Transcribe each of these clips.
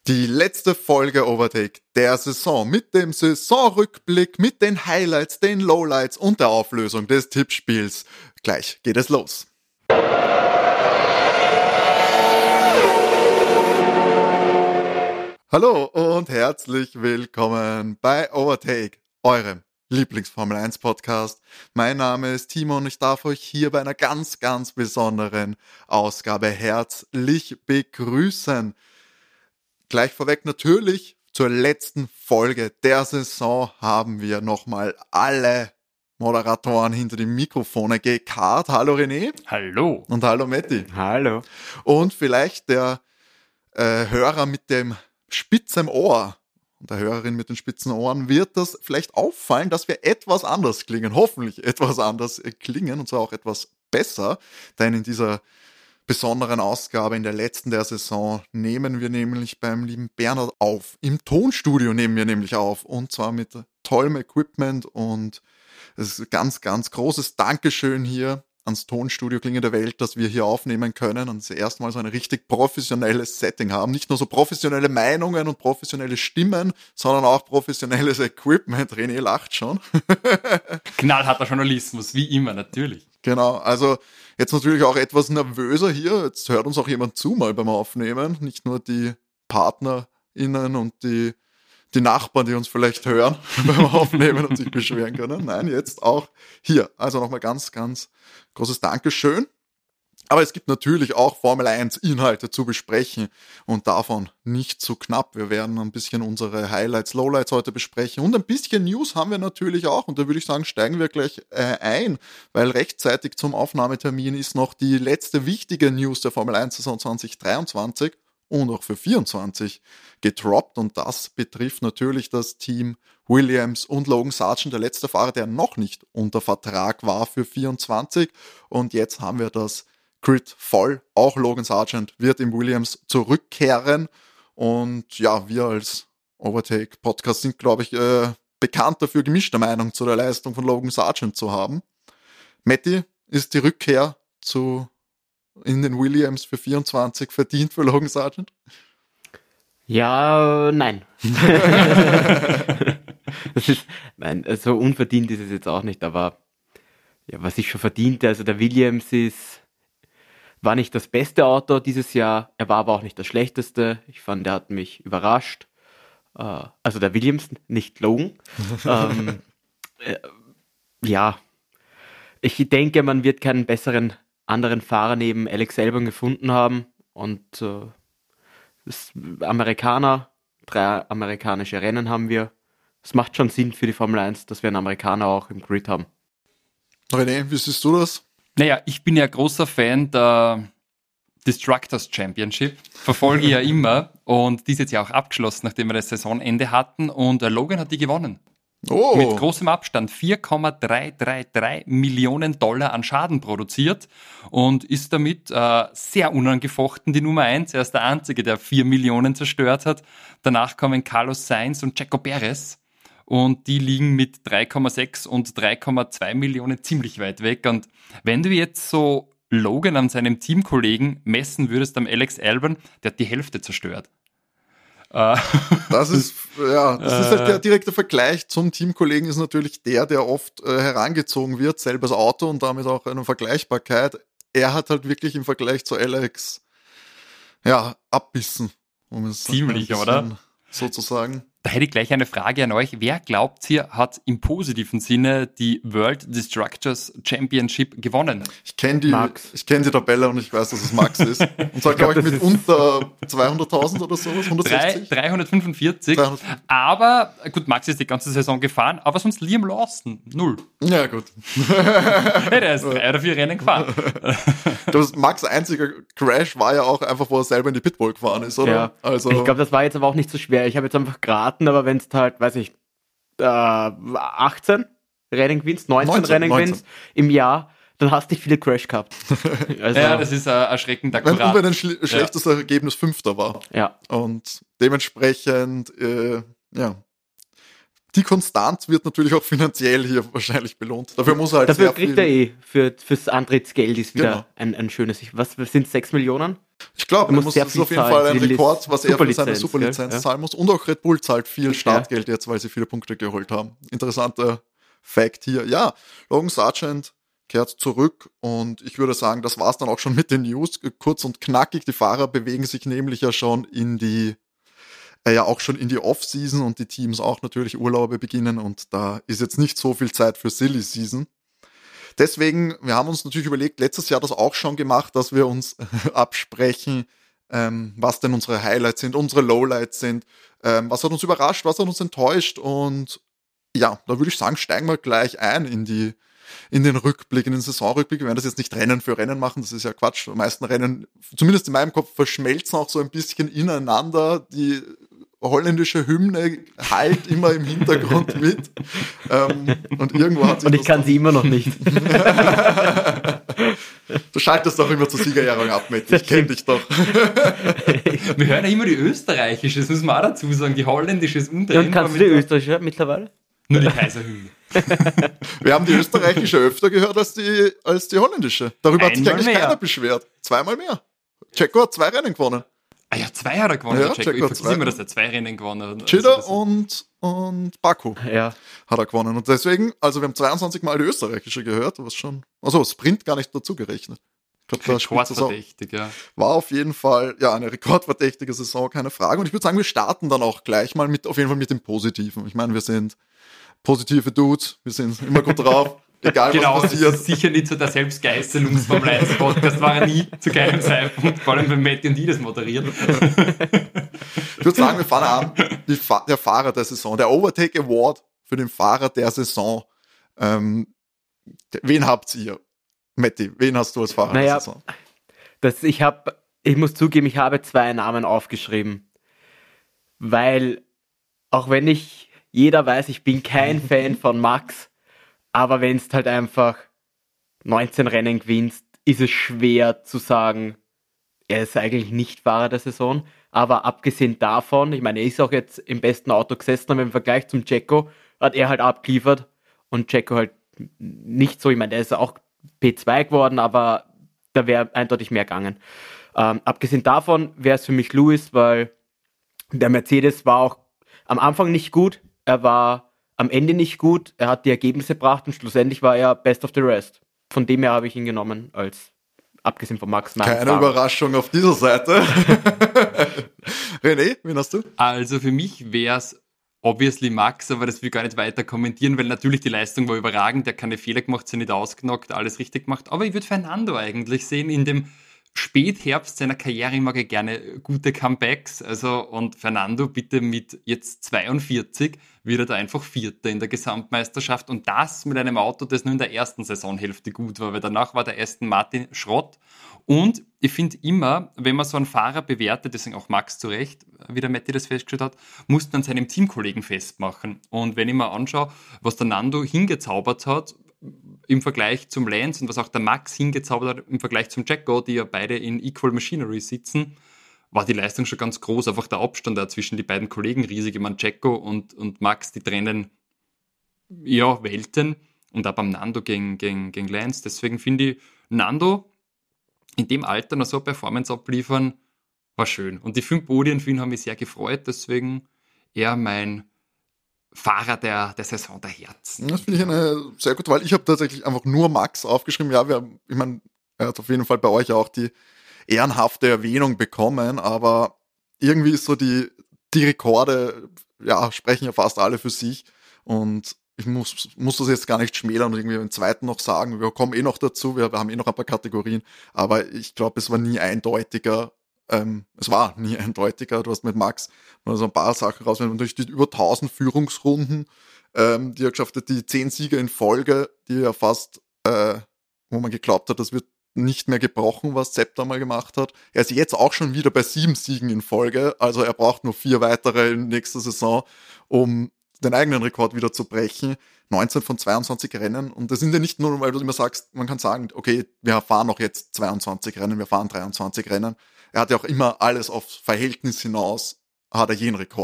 Die letzte Folge Overtake der Saison mit dem Saisonrückblick, mit den Highlights, den Lowlights und der Auflösung des Tippspiels. Gleich geht es los. Hallo und herzlich willkommen bei Overtake, eurem Lieblings-Formel 1 Podcast. Mein Name ist Timo und ich darf euch hier bei einer ganz, ganz besonderen Ausgabe herzlich begrüßen. Gleich vorweg natürlich, zur letzten Folge der Saison haben wir nochmal alle Moderatoren hinter die Mikrofone gekarrt. Hallo René. Hallo. Und hallo Matti. Hallo. Und vielleicht der Hörer mit dem spitzen Ohr und der Hörerin mit den spitzen Ohren wird das vielleicht auffallen, dass wir etwas anders klingen. Hoffentlich etwas anders klingen und zwar auch etwas besser, denn in dieser besonderen Ausgabe in der letzten der Saison nehmen wir nämlich beim lieben Bernhard auf. Im Tonstudio nehmen wir nämlich auf und zwar mit tollem Equipment und es ist ein ganz, ganz großes Dankeschön hier ans Tonstudio Klinge der Welt, dass wir hier aufnehmen können und das erste Mal so ein richtig professionelles Setting haben. Nicht nur so professionelle Meinungen und professionelle Stimmen, sondern auch professionelles Equipment. René lacht schon. Knallharter Journalismus, wie immer, natürlich. Genau, also jetzt natürlich auch etwas nervöser hier. Jetzt hört uns auch jemand zu mal beim Aufnehmen. Nicht nur die PartnerInnen und die Nachbarn, die uns vielleicht hören beim Aufnehmen und sich beschweren können. Nein, jetzt auch hier. Also nochmal ganz, ganz großes Dankeschön. Aber es gibt natürlich auch Formel 1 Inhalte zu besprechen und davon nicht zu knapp. Wir werden ein bisschen unsere Highlights, Lowlights heute besprechen und ein bisschen News haben wir natürlich auch. Und da würde ich sagen, steigen wir gleich ein, weil rechtzeitig zum Aufnahmetermin ist noch die letzte wichtige News der Formel 1 Saison 2023 und auch für 24 gedroppt. Und das betrifft natürlich das Team Williams und Logan Sargeant, der letzte Fahrer, der noch nicht unter Vertrag war für 24. Und jetzt haben wir das Grid voll. Auch Logan Sargeant wird im Williams zurückkehren. Und ja, wir als Overtake-Podcast sind, glaube ich, bekannt dafür, gemischte Meinung zu der Leistung von Logan Sargeant zu haben. Matti, ist die Rückkehr in den Williams für 24 verdient für Logan Sargeant? Ja, nein. Nein, so unverdient ist es jetzt auch nicht, aber ja, was ich schon verdiente, also der Williams war nicht das beste Auto dieses Jahr, er war aber auch nicht das schlechteste. Ich fand, er hat mich überrascht. Also der Williams, nicht Logan. Ja, ich denke, man wird keinen besseren anderen Fahrer neben Alex Albon gefunden haben und Amerikaner, 3 amerikanische Rennen haben wir. Es macht schon Sinn für die Formel 1, dass wir einen Amerikaner auch im Grid haben. René, wie siehst du das? Naja, ich bin ja großer Fan der Destructors Championship, verfolge ja immer und die ist jetzt ja auch abgeschlossen, nachdem wir das Saisonende hatten und Logan hat die gewonnen. Oh. Mit großem Abstand, 4,333 Millionen Dollar an Schaden produziert und ist damit sehr unangefochten die Nummer 1. Er ist der Einzige, der 4 Millionen zerstört hat. Danach kommen Carlos Sainz und Checo Perez und die liegen mit 3,6 und 3,2 Millionen ziemlich weit weg. Und wenn du jetzt so Logan an seinem Teamkollegen messen würdest, am Alex Albon, der hat die Hälfte zerstört. Das ist halt der direkte Vergleich zum Teamkollegen ist natürlich der oft herangezogen wird, selbes Auto und damit auch eine Vergleichbarkeit. Er hat halt wirklich im Vergleich zu Alex abbissen. Ziemlich, oder? Sozusagen. Da hätte ich gleich eine Frage an euch. Wer glaubt ihr, hat im positiven Sinne die World Destructors Championship gewonnen? Ich kenne die Tabelle und ich weiß, dass es Max ist. Und zwar, glaube ich, mit unter 200.000 oder sowas, 160? 345. Aber, gut, Max ist die ganze Saison gefahren, aber sonst Liam Lawson, 0. Ja, gut. Hey, der ist 3 oder 4 Rennen gefahren. Max' einziger Crash war ja auch einfach, wo er selber in die Pitbull gefahren ist, oder? Ja. Also, ich glaube, das war jetzt aber auch nicht so schwer. Ich habe jetzt einfach geraten, aber wenn es halt, 18 Rennen gewinnst, 19 Rennen gewinnst im Jahr, dann hast du nicht viele Crash gehabt. Also, ja, das ist erschreckend akkurat. Wenn ein schlechtes Ergebnis 5. war. Ja. Und dementsprechend, die Konstanz wird natürlich auch finanziell hier wahrscheinlich belohnt. Dafür muss er halt Dafür kriegt er fürs Antrittsgeld ist wieder genau. ein schönes, was sind 6 Millionen? Ich glaube, muss das sehr ist viel auf jeden zahlen Fall ein für die Rekord, was er für seine Superlizenz, Superlizenz gell? zahlen muss. Und auch Red Bull zahlt viel Startgeld jetzt, weil sie viele Punkte geholt haben. Interessanter Fact hier. Ja, Logan Sargent kehrt zurück und ich würde sagen, das war's dann auch schon mit den News. Kurz und knackig, die Fahrer bewegen sich nämlich ja schon in die Off-Season und die Teams auch natürlich Urlaube beginnen und da ist jetzt nicht so viel Zeit für Silly Season. Deswegen, wir haben uns natürlich überlegt, letztes Jahr das auch schon gemacht, dass wir uns absprechen, was denn unsere Highlights sind, unsere Lowlights sind, was hat uns überrascht, was hat uns enttäuscht und ja, da würde ich sagen, steigen wir gleich ein in den Rückblick, in den Saisonrückblick. Wir werden das jetzt nicht Rennen für Rennen machen, das ist ja Quatsch. Die meisten Rennen, zumindest in meinem Kopf, verschmelzen auch so ein bisschen ineinander. Die holländische Hymne halt immer im Hintergrund mit. Und irgendwo hat sich Und ich kann sie immer noch nicht. Du schaltest doch immer zur Siegerehrung ab, Matti. Ich kenne dich doch. Wir hören ja immer die österreichische, das muss man auch dazu sagen. Die holländische ist Ja, und untrennbar. kannst du die österreichische mittlerweile? Nur die Kaiserhymne. Wir haben die österreichische öfter gehört als die holländische. Darüber hat sich Einmal eigentlich mehr. keiner beschwert. Zweimal mehr. Checo hat 2 Rennen gewonnen. Ah ja, 2 hat er gewonnen, Ja, der Checo. Ich Checo hat vergesse 2. immer, dass er 2 Rennen gewonnen hat. Chida Also und Baku Ja. hat er gewonnen. Und deswegen, also wir haben 22 Mal die österreichische gehört, was schon, also Sprint gar nicht dazu gerechnet. Ich glaube, da spielt das auch. Rekordverdächtig, ja. War auf jeden Fall, ja, eine rekordverdächtige Saison, keine Frage. Und ich würde sagen, wir starten dann auch gleich mal auf jeden Fall mit dem Positiven. Ich meine, wir sind positive Dudes, wir sind immer gut drauf, egal Genau, was das passiert. ist sicher nicht so der Selbstgeißelungsformel 1 Podcast, war er nie zu keinem Zeitpunkt, vor allem wenn Matti und ich das moderieren. Ich würde sagen, wir fahren an, der Fahrer der Saison, der Overtake Award für den Fahrer der Saison. Wen habt ihr? Matti, wen hast du als Fahrer der Saison? Ich muss zugeben, ich habe 2 Namen aufgeschrieben. Weil, auch wenn jeder weiß, ich bin kein Fan von Max, aber wenn es halt einfach 19 Rennen gewinnst, ist es schwer zu sagen, er ist eigentlich nicht Fahrer der Saison. Aber abgesehen davon, ich meine, er ist auch jetzt im besten Auto gesessen, aber im Vergleich zum Checo hat er halt abgeliefert und Checo halt nicht so. Ich meine, der ist auch P2 geworden, aber da wäre eindeutig mehr gegangen. Abgesehen davon wäre es für mich Lewis, weil der Mercedes war auch am Anfang nicht gut, er war am Ende nicht gut, er hat die Ergebnisse gebracht und schlussendlich war er Best of the Rest. Von dem her habe ich ihn genommen, als abgesehen von Max. Keine Überraschung auf dieser Seite. René, wen hast du? Also für mich wäre es obviously Max, aber das will ich gar nicht weiter kommentieren, weil natürlich die Leistung war überragend, der hat keine Fehler gemacht, sie nicht ausgenockt, alles richtig gemacht. Aber ich würde Fernando eigentlich sehen, in dem Spätherbst seiner Karriere mag ich gerne gute Comebacks. Also, und Fernando bitte mit jetzt 42 wird er da einfach Vierter in der Gesamtmeisterschaft und das mit einem Auto, das nur in der ersten Saisonhälfte gut war, weil danach war der Aston Martin Schrott. Und ich finde immer, wenn man so einen Fahrer bewertet, deswegen auch Max zu Recht, wie der Matti das festgestellt hat, muss man seinem Teamkollegen festmachen. Und wenn ich mir anschaue, was der Nando hingezaubert hat, im Vergleich zum Lance und was auch der Max hingezaubert hat im Vergleich zum Checo, die ja beide in Equal Machinery sitzen, war die Leistung schon ganz groß. Einfach der Abstand da zwischen die beiden Kollegen riesig. Ich meine, Checo und Max, die trennen ja Welten und auch beim Nando gegen Lance. Deswegen finde ich, Nando in dem Alter noch so eine Performance abliefern, war schön. Und die 5 Podien für ihn haben mich sehr gefreut. Deswegen eher mein Fahrer der Saison der Herzen. Das finde ich eine sehr gute Wahl. Ich habe tatsächlich einfach nur Max aufgeschrieben. Ja, ich meine, er hat auf jeden Fall bei euch auch die ehrenhafte Erwähnung bekommen, aber irgendwie ist so die Rekorde, ja, sprechen ja fast alle für sich und ich muss das jetzt gar nicht schmälern und irgendwie im zweiten noch sagen, wir kommen noch dazu, wir haben noch ein paar Kategorien, aber ich glaube, es war nie eindeutiger. Du hast mit Max mal so ein paar Sachen raus, wenn man durch die über 1000 Führungsrunden, die er geschafft hat, die 10 Siege in Folge, die er fast, wo man geglaubt hat, das wird nicht mehr gebrochen, was Sepp da mal gemacht hat. Er ist jetzt auch schon wieder bei 7 Siegen in Folge, also er braucht nur 4 weitere in nächster Saison, um den eigenen Rekord wieder zu brechen. 19 von 22 Rennen und das sind ja nicht nur, weil du immer sagst, man kann sagen, okay, wir fahren noch jetzt 22 Rennen, wir fahren 23 Rennen. Er hat ja auch immer alles auf Verhältnis hinaus, hat er jeden Rekord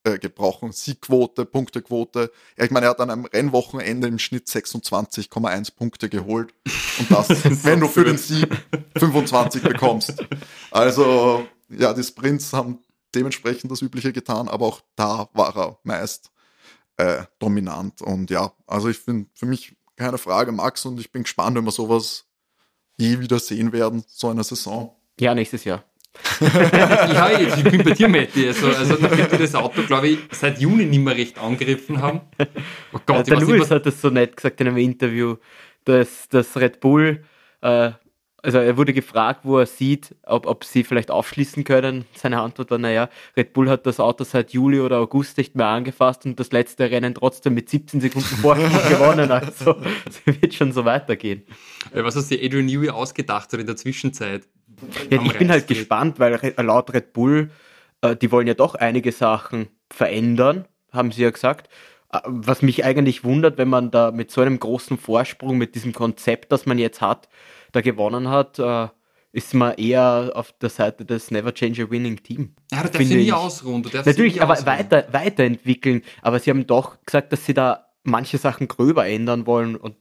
gebrochen. Siegquote, Punktequote. Ja, ich meine, er hat an einem Rennwochenende im Schnitt 26,1 Punkte geholt. Und das, wenn du für den Sieg 25 bekommst. Also, ja, die Sprints haben dementsprechend das Übliche getan, aber auch da war er meist dominant. Und ja, also ich finde, für mich keine Frage, Max, und ich bin gespannt, wenn wir sowas je wieder sehen werden, so eine Saison. Ja, nächstes Jahr. Ja, ich bin bei dir, Matti. Also nachdem wir das Auto, glaube ich, seit Juni nicht mehr recht angegriffen haben. Oh Gott, der Lewis hat das so nett gesagt in einem Interview, dass Red Bull, also er wurde gefragt, wo er sieht, ob sie vielleicht aufschließen können. Seine Antwort war, naja, Red Bull hat das Auto seit Juli oder August nicht mehr angefasst und das letzte Rennen trotzdem mit 17 Sekunden Vorsprung gewonnen. Also es wird schon so weitergehen. Was hat sich Adrian Newey ausgedacht hat in der Zwischenzeit? Ja, ich bin halt gespannt, weil laut Red Bull, die wollen ja doch einige Sachen verändern, haben sie ja gesagt. Was mich eigentlich wundert, wenn man da mit so einem großen Vorsprung, mit diesem Konzept, das man jetzt hat, da gewonnen hat, ist man eher auf der Seite des Never Change a Winning Team. Ja, das darf sie nie ausruhen. Natürlich, aber weiterentwickeln. Aber sie haben doch gesagt, dass sie da manche Sachen gröber ändern wollen und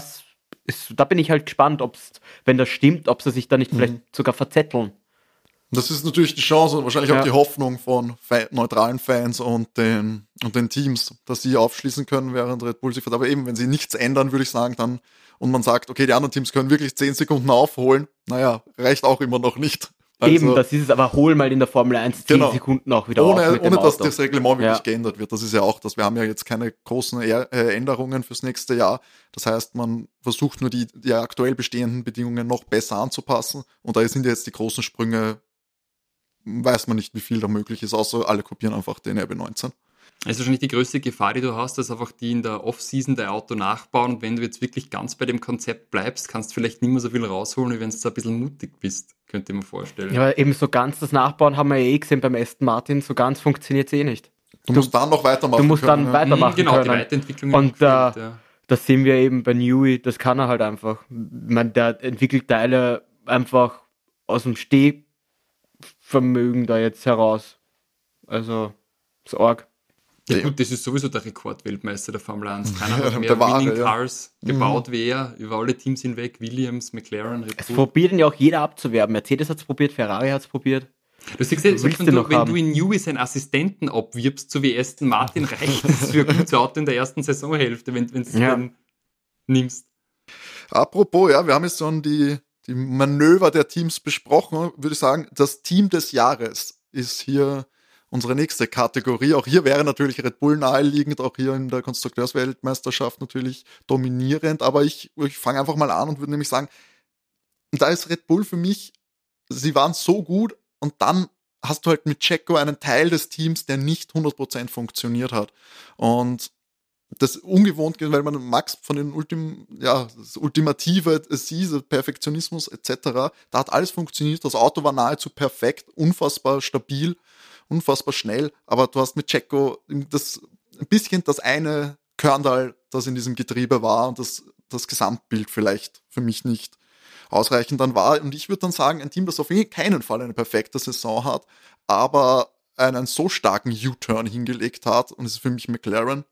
da bin ich halt gespannt, wenn das stimmt, ob sie sich da nicht vielleicht sogar verzetteln. Das ist natürlich die Chance und wahrscheinlich auch die Hoffnung von neutralen Fans und den Teams, dass sie aufschließen können, während Red Bull sich fährt. Aber eben, wenn sie nichts ändern, würde ich sagen, dann, und man sagt, okay, die anderen Teams können wirklich 10 Sekunden aufholen, naja, reicht auch immer noch nicht. Also, eben, das ist es, aber hol mal in der Formel 1 10 Sekunden auch wieder ohne, auf mit dem ohne dass Auto. das Reglement wirklich geändert wird. Das ist ja auch das. Wir haben ja jetzt keine großen Änderungen fürs nächste Jahr. Das heißt, man versucht nur die aktuell bestehenden Bedingungen noch besser anzupassen. Und da sind jetzt die großen Sprünge, weiß man nicht, wie viel da möglich ist, außer alle kopieren einfach den RB19. Das ist wahrscheinlich die größte Gefahr, die du hast, dass einfach die in der Off-Season dein Auto nachbauen und wenn du jetzt wirklich ganz bei dem Konzept bleibst, kannst du vielleicht nicht mehr so viel rausholen, wie wenn du ein bisschen mutig bist, könnte ich mir vorstellen. Ja, aber eben so ganz das Nachbauen haben wir ja gesehen beim Aston Martin, so ganz funktioniert es nicht. Du musst dann noch weitermachen. Du musst können, dann weitermachen genau, können. Die Weiterentwicklung. Und das sehen wir eben bei Newey, das kann er halt einfach. Der entwickelt Teile einfach aus dem Stehvermögen da jetzt heraus. Also, ist arg. Ja gut, das ist sowieso der Rekordweltmeister der Formel 1. Keiner hat mehr der wahre, Winning Cars gebaut wie er, über alle Teams hinweg, Williams, McLaren, Red Bull. Es probiert ihn ja auch jeder abzuwerben. Mercedes hat es probiert, Ferrari hat es probiert. Du hast gesagt, wenn du in Newey seinen Assistenten abwirbst, so wie Aston Martin, reicht das für ein gutes Auto in der ersten Saisonhälfte, wenn du es dann nimmst. Apropos, ja, wir haben jetzt schon die Manöver der Teams besprochen, würde ich sagen, das Team des Jahres ist hier unsere nächste Kategorie. Auch hier wäre natürlich Red Bull naheliegend, auch hier in der Konstrukteursweltmeisterschaft natürlich dominierend, aber ich fange einfach mal an und würde nämlich sagen, da ist Red Bull für mich, sie waren so gut und dann hast du halt mit Checo einen Teil des Teams, der nicht 100% funktioniert hat. Und das ungewohnt, weil man Max von den das ultimative Sieg, Perfektionismus etc., da hat alles funktioniert, das Auto war nahezu perfekt, unfassbar stabil, unfassbar schnell, aber du hast mit Checo ein bisschen das eine Körnerl, das in diesem Getriebe war und das Gesamtbild vielleicht für mich nicht ausreichend dann war. Und ich würde dann sagen, ein Team, das auf keinen Fall eine perfekte Saison hat, aber einen so starken U-Turn hingelegt hat, und es ist für mich McLaren,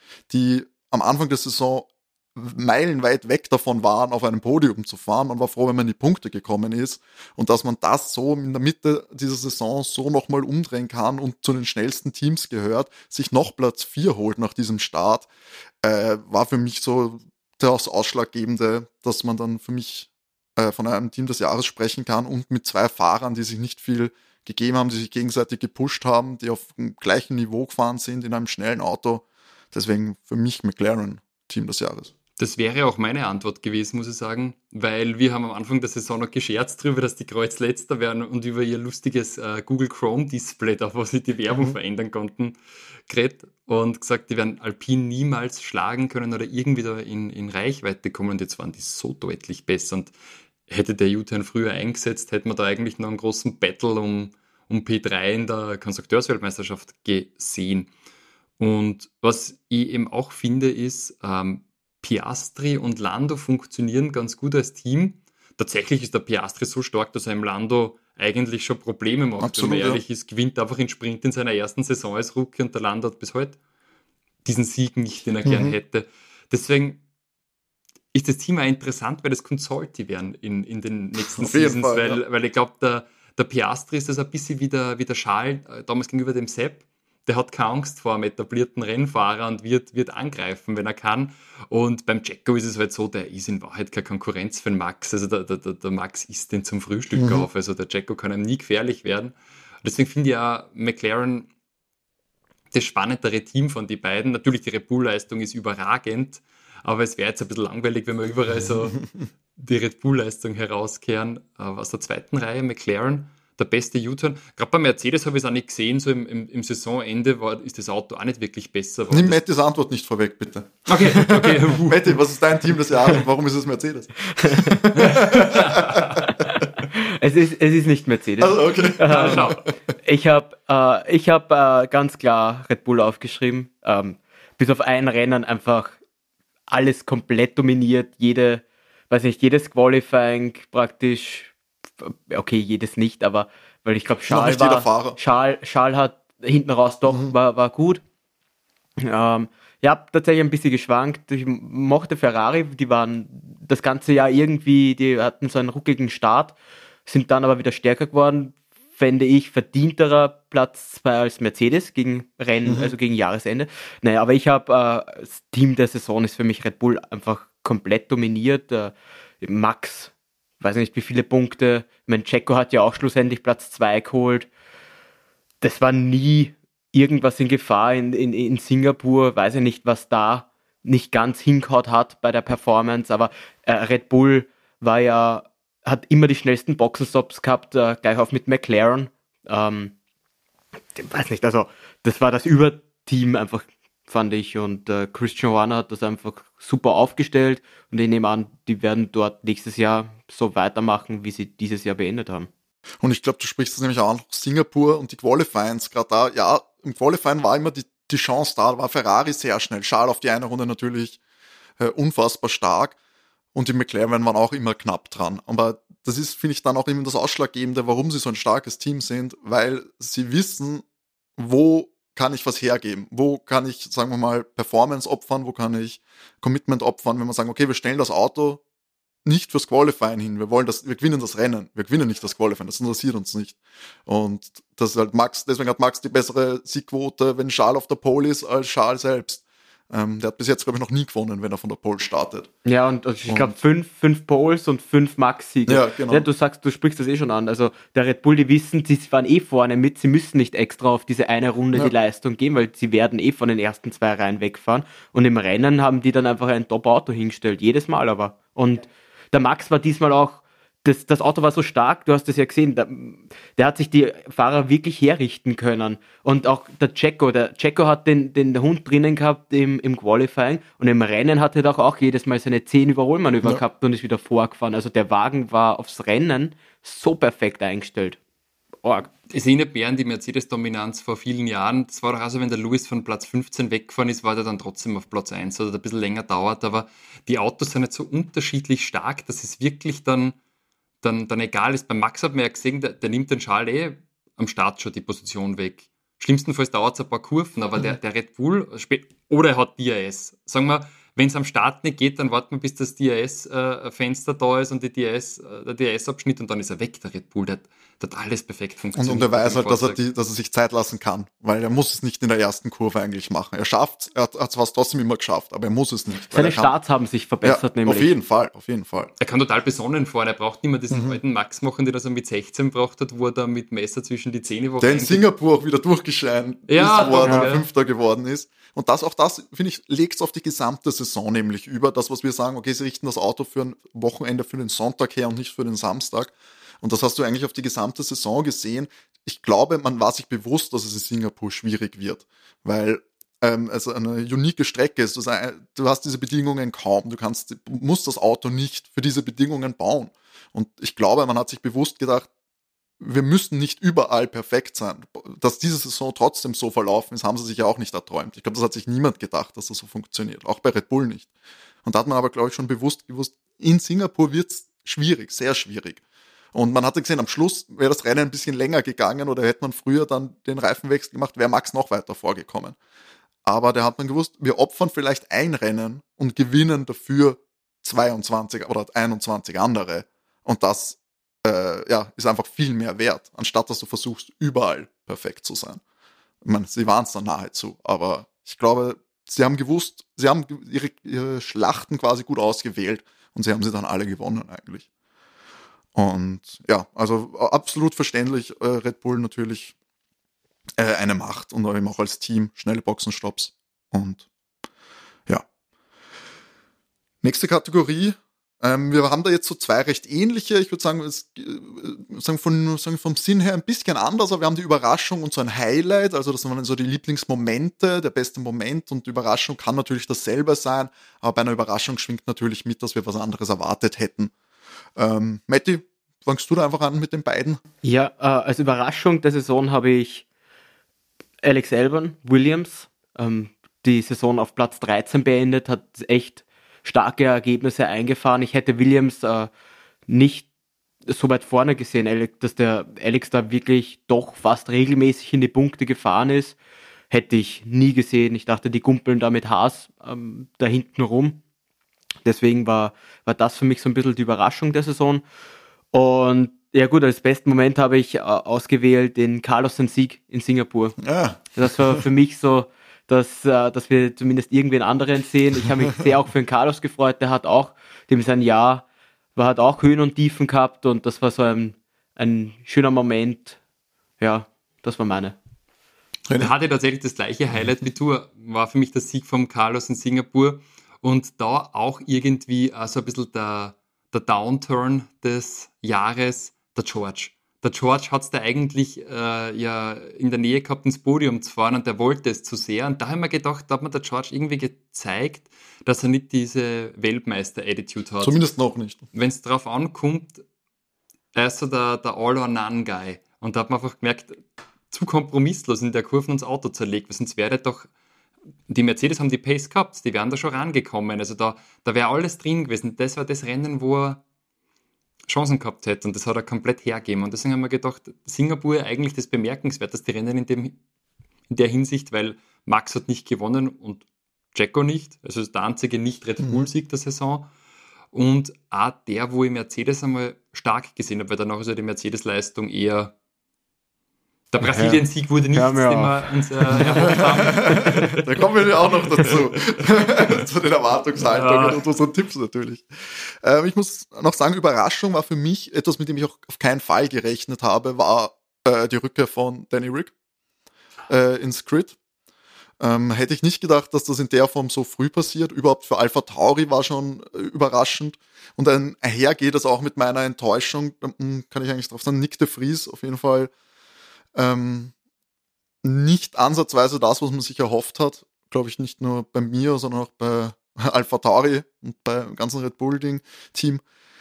die am Anfang der Saison meilenweit weg davon waren, auf einem Podium zu fahren. Man war froh, wenn man in die Punkte gekommen ist und dass man das so in der Mitte dieser Saison so nochmal umdrehen kann und zu den schnellsten Teams gehört, sich noch Platz 4 holt nach diesem Start, war für mich so das Ausschlaggebende, dass man dann für mich von einem Team des Jahres sprechen kann und mit 2 Fahrern, die sich nicht viel gegeben haben, die sich gegenseitig gepusht haben, die auf dem gleichen Niveau gefahren sind in einem schnellen Auto. Deswegen für mich McLaren Team des Jahres. Das wäre auch meine Antwort gewesen, muss ich sagen, weil wir haben am Anfang der Saison noch gescherzt darüber, dass die Kreuzletzter werden und über ihr lustiges Google Chrome Display, da wo sie die Werbung verändern konnten, geredet und gesagt, die werden Alpine niemals schlagen können oder irgendwie da in Reichweite kommen und jetzt waren die so deutlich besser und hätte der U-Turn früher eingesetzt, hätte man da eigentlich noch einen großen Battle um P3 in der Konstrukteursweltmeisterschaft gesehen. Und was ich eben auch finde, ist, Piastri und Lando funktionieren ganz gut als Team. Tatsächlich ist der Piastri so stark, dass er im Lando eigentlich schon Probleme macht. Absolut, wenn man ehrlich ist, gewinnt einfach einen Sprint in seiner ersten Saison als Rookie und der Lando hat bis heute diesen Sieg nicht, den er gern hätte. Deswegen ist das Team auch interessant, weil das könnte salty werden in den nächsten Seasons, weil ich glaube, der Piastri ist das ein bisschen wie der Charles damals gegenüber dem Sepp. Der hat keine Angst vor einem etablierten Rennfahrer und wird angreifen, wenn er kann. Und beim Checo ist es halt so, der ist in Wahrheit keine Konkurrenz für den Max. Also der Max isst den zum Frühstück auf. Also der Checo kann ihm nie gefährlich werden. Und deswegen finde ich auch McLaren das spannendere Team von den beiden. Natürlich, die Red Bull-Leistung ist überragend, aber es wäre jetzt ein bisschen langweilig, wenn wir überall so die Red Bull-Leistung herauskehren. Aus der zweiten Reihe McLaren, der beste U-Turn. Gerade bei Mercedes habe ich es auch nicht gesehen, so im Saisonende ist das Auto auch nicht wirklich besser. Nimm Mattis Antwort nicht vorweg, bitte. Okay. Matti, was ist dein Team des Jahres und warum ist es Mercedes? Es ist nicht Mercedes. Also, okay. Ich habe ganz klar Red Bull aufgeschrieben. Bis auf ein Rennen einfach alles komplett dominiert. Jedes Qualifying praktisch. Okay, jedes nicht, aber weil ich glaube, Charles hat hinten raus doch war gut. Ich habe tatsächlich ein bisschen geschwankt. Ich mochte Ferrari, die waren das ganze Jahr irgendwie, die hatten so einen ruckigen Start, sind dann aber wieder stärker geworden. Fände ich verdienterer Platz 2 als Mercedes gegen Rennen, also gegen Jahresende. Naja, aber ich habe das Team der Saison ist für mich Red Bull einfach komplett dominiert. Max, weiß nicht wie viele Punkte. Checo hat ja auch schlussendlich Platz 2 geholt. Das war nie irgendwas in Gefahr in Singapur. Weiß ich nicht, was da nicht ganz hingehaut hat bei der Performance, aber Red Bull hat immer die schnellsten Boxenstops gehabt, gleich auf mit McLaren. Weiß nicht, also das war das Überteam einfach, fand ich, und Christian Horner hat das einfach super aufgestellt und ich nehme an, die werden dort nächstes Jahr so weitermachen, wie sie dieses Jahr beendet haben. Und ich glaube, du sprichst das nämlich auch an, Singapur und die Qualifyings, gerade da, ja, im Qualifying war immer die Chance da war Ferrari sehr schnell, Charles auf die eine Runde natürlich unfassbar stark und die McLaren waren auch immer knapp dran, aber das ist, finde ich, dann auch immer das Ausschlaggebende, warum sie so ein starkes Team sind, weil sie wissen, wo kann ich was hergeben, wo kann ich, sagen wir mal, Performance opfern, wo kann ich Commitment opfern, wenn wir sagen, okay, wir stellen das Auto nicht fürs Qualifying hin, wir gewinnen das Rennen, wir gewinnen nicht das Qualifying, das interessiert uns nicht. Und das ist halt deswegen hat Max die bessere Siegquote, wenn Charles auf der Pole ist, als Charles selbst. Der hat bis jetzt, glaube ich, noch nie gewonnen, wenn er von der Pole startet. Ja, und ich glaube, 5 Poles und 5 Max-Siege. Ja, genau. Ja, du sprichst das schon an. Also der Red Bull, die wissen, sie fahren vorne mit, sie müssen nicht extra auf diese eine Runde die Leistung geben, weil sie werden von den ersten 2 Reihen wegfahren. Und im Rennen haben die dann einfach ein Top-Auto hingestellt, jedes Mal aber. Und der Max war diesmal auch, das Auto war so stark, du hast es ja gesehen, der hat sich die Fahrer wirklich herrichten können. Und auch der Checo hat den Hund drinnen gehabt im Qualifying und im Rennen hat er doch auch jedes Mal seine 10 Überholmanöver gehabt und ist wieder vorgefahren. Also der Wagen war aufs Rennen so perfekt eingestellt. Org. Es erinnert mehr an die Mercedes-Dominanz vor vielen Jahren. Das war doch also, wenn der Lewis von Platz 15 weggefahren ist, war der dann trotzdem auf Platz 1, also ein bisschen länger dauert. Aber die Autos sind nicht so unterschiedlich stark, dass es wirklich dann egal ist. Beim Max hat man ja gesehen, der nimmt den Charles am Start schon die Position weg. Schlimmstenfalls dauert es ein paar Kurven, aber der Red Bull, oder er hat DRS. Sagen wir, wenn es am Start nicht geht, dann warten wir, bis das DRS-Fenster da ist und der DRS-Abschnitt und dann ist er weg, der Red Bull. Der hat alles perfekt funktioniert. Und er weiß halt, dass er sich Zeit lassen kann, weil er muss es nicht in der ersten Kurve eigentlich machen. Er hat es fast trotzdem immer geschafft, aber er muss es nicht. Seine Starts haben sich verbessert, nämlich. Auf jeden Fall. Er kann total besonnen fahren, er braucht nicht mehr diesen alten Max machen, den er so mit 16 braucht hat, wo er da mit Messer zwischen die Zähne war. Der in Singapur auch wieder durchgescheint ist, wo er dann Fünfter geworden ist. Und das, finde ich, legt es auf die gesamte Saison nämlich über. Das, was wir sagen, okay, sie richten das Auto für ein Wochenende, für den Sonntag her und nicht für den Samstag. Und das hast du eigentlich auf die gesamte Saison gesehen. Ich glaube, man war sich bewusst, dass es in Singapur schwierig wird, weil es eine unique Strecke ist. Du hast diese Bedingungen kaum. Du musst das Auto nicht für diese Bedingungen bauen. Und ich glaube, man hat sich bewusst gedacht, wir müssen nicht überall perfekt sein. Dass diese Saison trotzdem so verlaufen ist, haben sie sich ja auch nicht erträumt. Ich glaube, das hat sich niemand gedacht, dass das so funktioniert. Auch bei Red Bull nicht. Und da hat man aber, glaube ich, schon bewusst gewusst, in Singapur wird es schwierig, sehr schwierig. Und man hatte gesehen, am Schluss wäre das Rennen ein bisschen länger gegangen oder hätte man früher dann den Reifenwechsel gemacht, wäre Max noch weiter vorgekommen. Aber da hat man gewusst, wir opfern vielleicht ein Rennen und gewinnen dafür 22 oder 21 andere. Und das ist einfach viel mehr wert, anstatt dass du versuchst, überall perfekt zu sein. Ich meine, sie waren es dann nahezu, aber ich glaube, sie haben gewusst, sie haben ihre Schlachten quasi gut ausgewählt und sie haben sie dann alle gewonnen eigentlich. Und ja, also absolut verständlich, Red Bull natürlich eine Macht und eben auch als Team schnelle Boxenstopps. Und ja. Nächste Kategorie. Wir haben da jetzt so zwei recht ähnliche, ich würde sagen, vom Sinn her ein bisschen anders, aber wir haben die Überraschung und so ein Highlight, also das waren so die Lieblingsmomente, der beste Moment, und die Überraschung kann natürlich dasselbe sein, aber bei einer Überraschung schwingt natürlich mit, dass wir was anderes erwartet hätten. Matti, fangst du da einfach an mit den beiden? Ja, als Überraschung der Saison habe ich Alex Albon, Williams, die Saison auf Platz 13 beendet, hat echt starke Ergebnisse eingefahren. Ich hätte Williams nicht so weit vorne gesehen, dass der Alex da wirklich doch fast regelmäßig in die Punkte gefahren ist. Hätte ich nie gesehen. Ich dachte, die gumpeln da mit Haas da hinten rum. Deswegen war das für mich so ein bisschen die Überraschung der Saison. Und ja gut, als besten Moment habe ich ausgewählt den Carlos-Sieg in Singapur. Ja. Das war für mich so, dass wir zumindest irgendwen anderen sehen. Ich habe mich sehr auch für den Carlos gefreut. Der hat auch, dem sein Jahr hat auch Höhen und Tiefen gehabt, und das war so ein schöner Moment. Ja, das war meine. Er hatte tatsächlich das gleiche Highlight wie du, war für mich der Sieg vom Carlos in Singapur, und da auch irgendwie so ein bisschen der Downturn des Jahres, der George. Der George hat es da eigentlich ja in der Nähe gehabt, ins Podium zu fahren, und der wollte es zu sehr. Und da haben wir gedacht, da hat mir der George irgendwie gezeigt, dass er nicht diese Weltmeister-Attitude hat. Zumindest noch nicht. Wenn es darauf ankommt, er ist so der All-or-None-Guy. Und da hat man einfach gemerkt, zu kompromisslos in der Kurve ins Auto zerlegt, weil sonst wäre doch, die Mercedes haben die Pace gehabt, die wären da schon rangekommen. Also da wäre alles drin gewesen. Das war das Rennen, wo er Chancen gehabt hätte, und das hat er komplett hergegeben. Und deswegen haben wir gedacht, Singapur eigentlich das bemerkenswerteste Rennen in der Hinsicht, weil Max hat nicht gewonnen und Checo nicht. Also das ist der einzige Nicht-Red Bull-Sieg der Saison. Und auch der, wo ich Mercedes einmal stark gesehen habe, weil danach ist ja die Mercedes-Leistung eher. Der Brasilien-Sieg wurde nichts, den wir uns erhofft haben. Da kommen wir auch noch dazu. Zu den Erwartungshaltungen und unseren Tipps natürlich. Ich muss noch sagen, Überraschung war für mich etwas, mit dem ich auch auf keinen Fall gerechnet habe, war die Rückkehr von Danny Rick ins Grid. Hätte ich nicht gedacht, dass das in der Form so früh passiert. Überhaupt für AlphaTauri war schon überraschend. Und einher geht das auch mit meiner Enttäuschung. Kann ich eigentlich drauf sagen, Nick de Vries auf jeden Fall nicht ansatzweise das, was man sich erhofft hat. Glaube ich, nicht nur bei mir, sondern auch bei AlphaTauri und beim ganzen Red Bull-Team.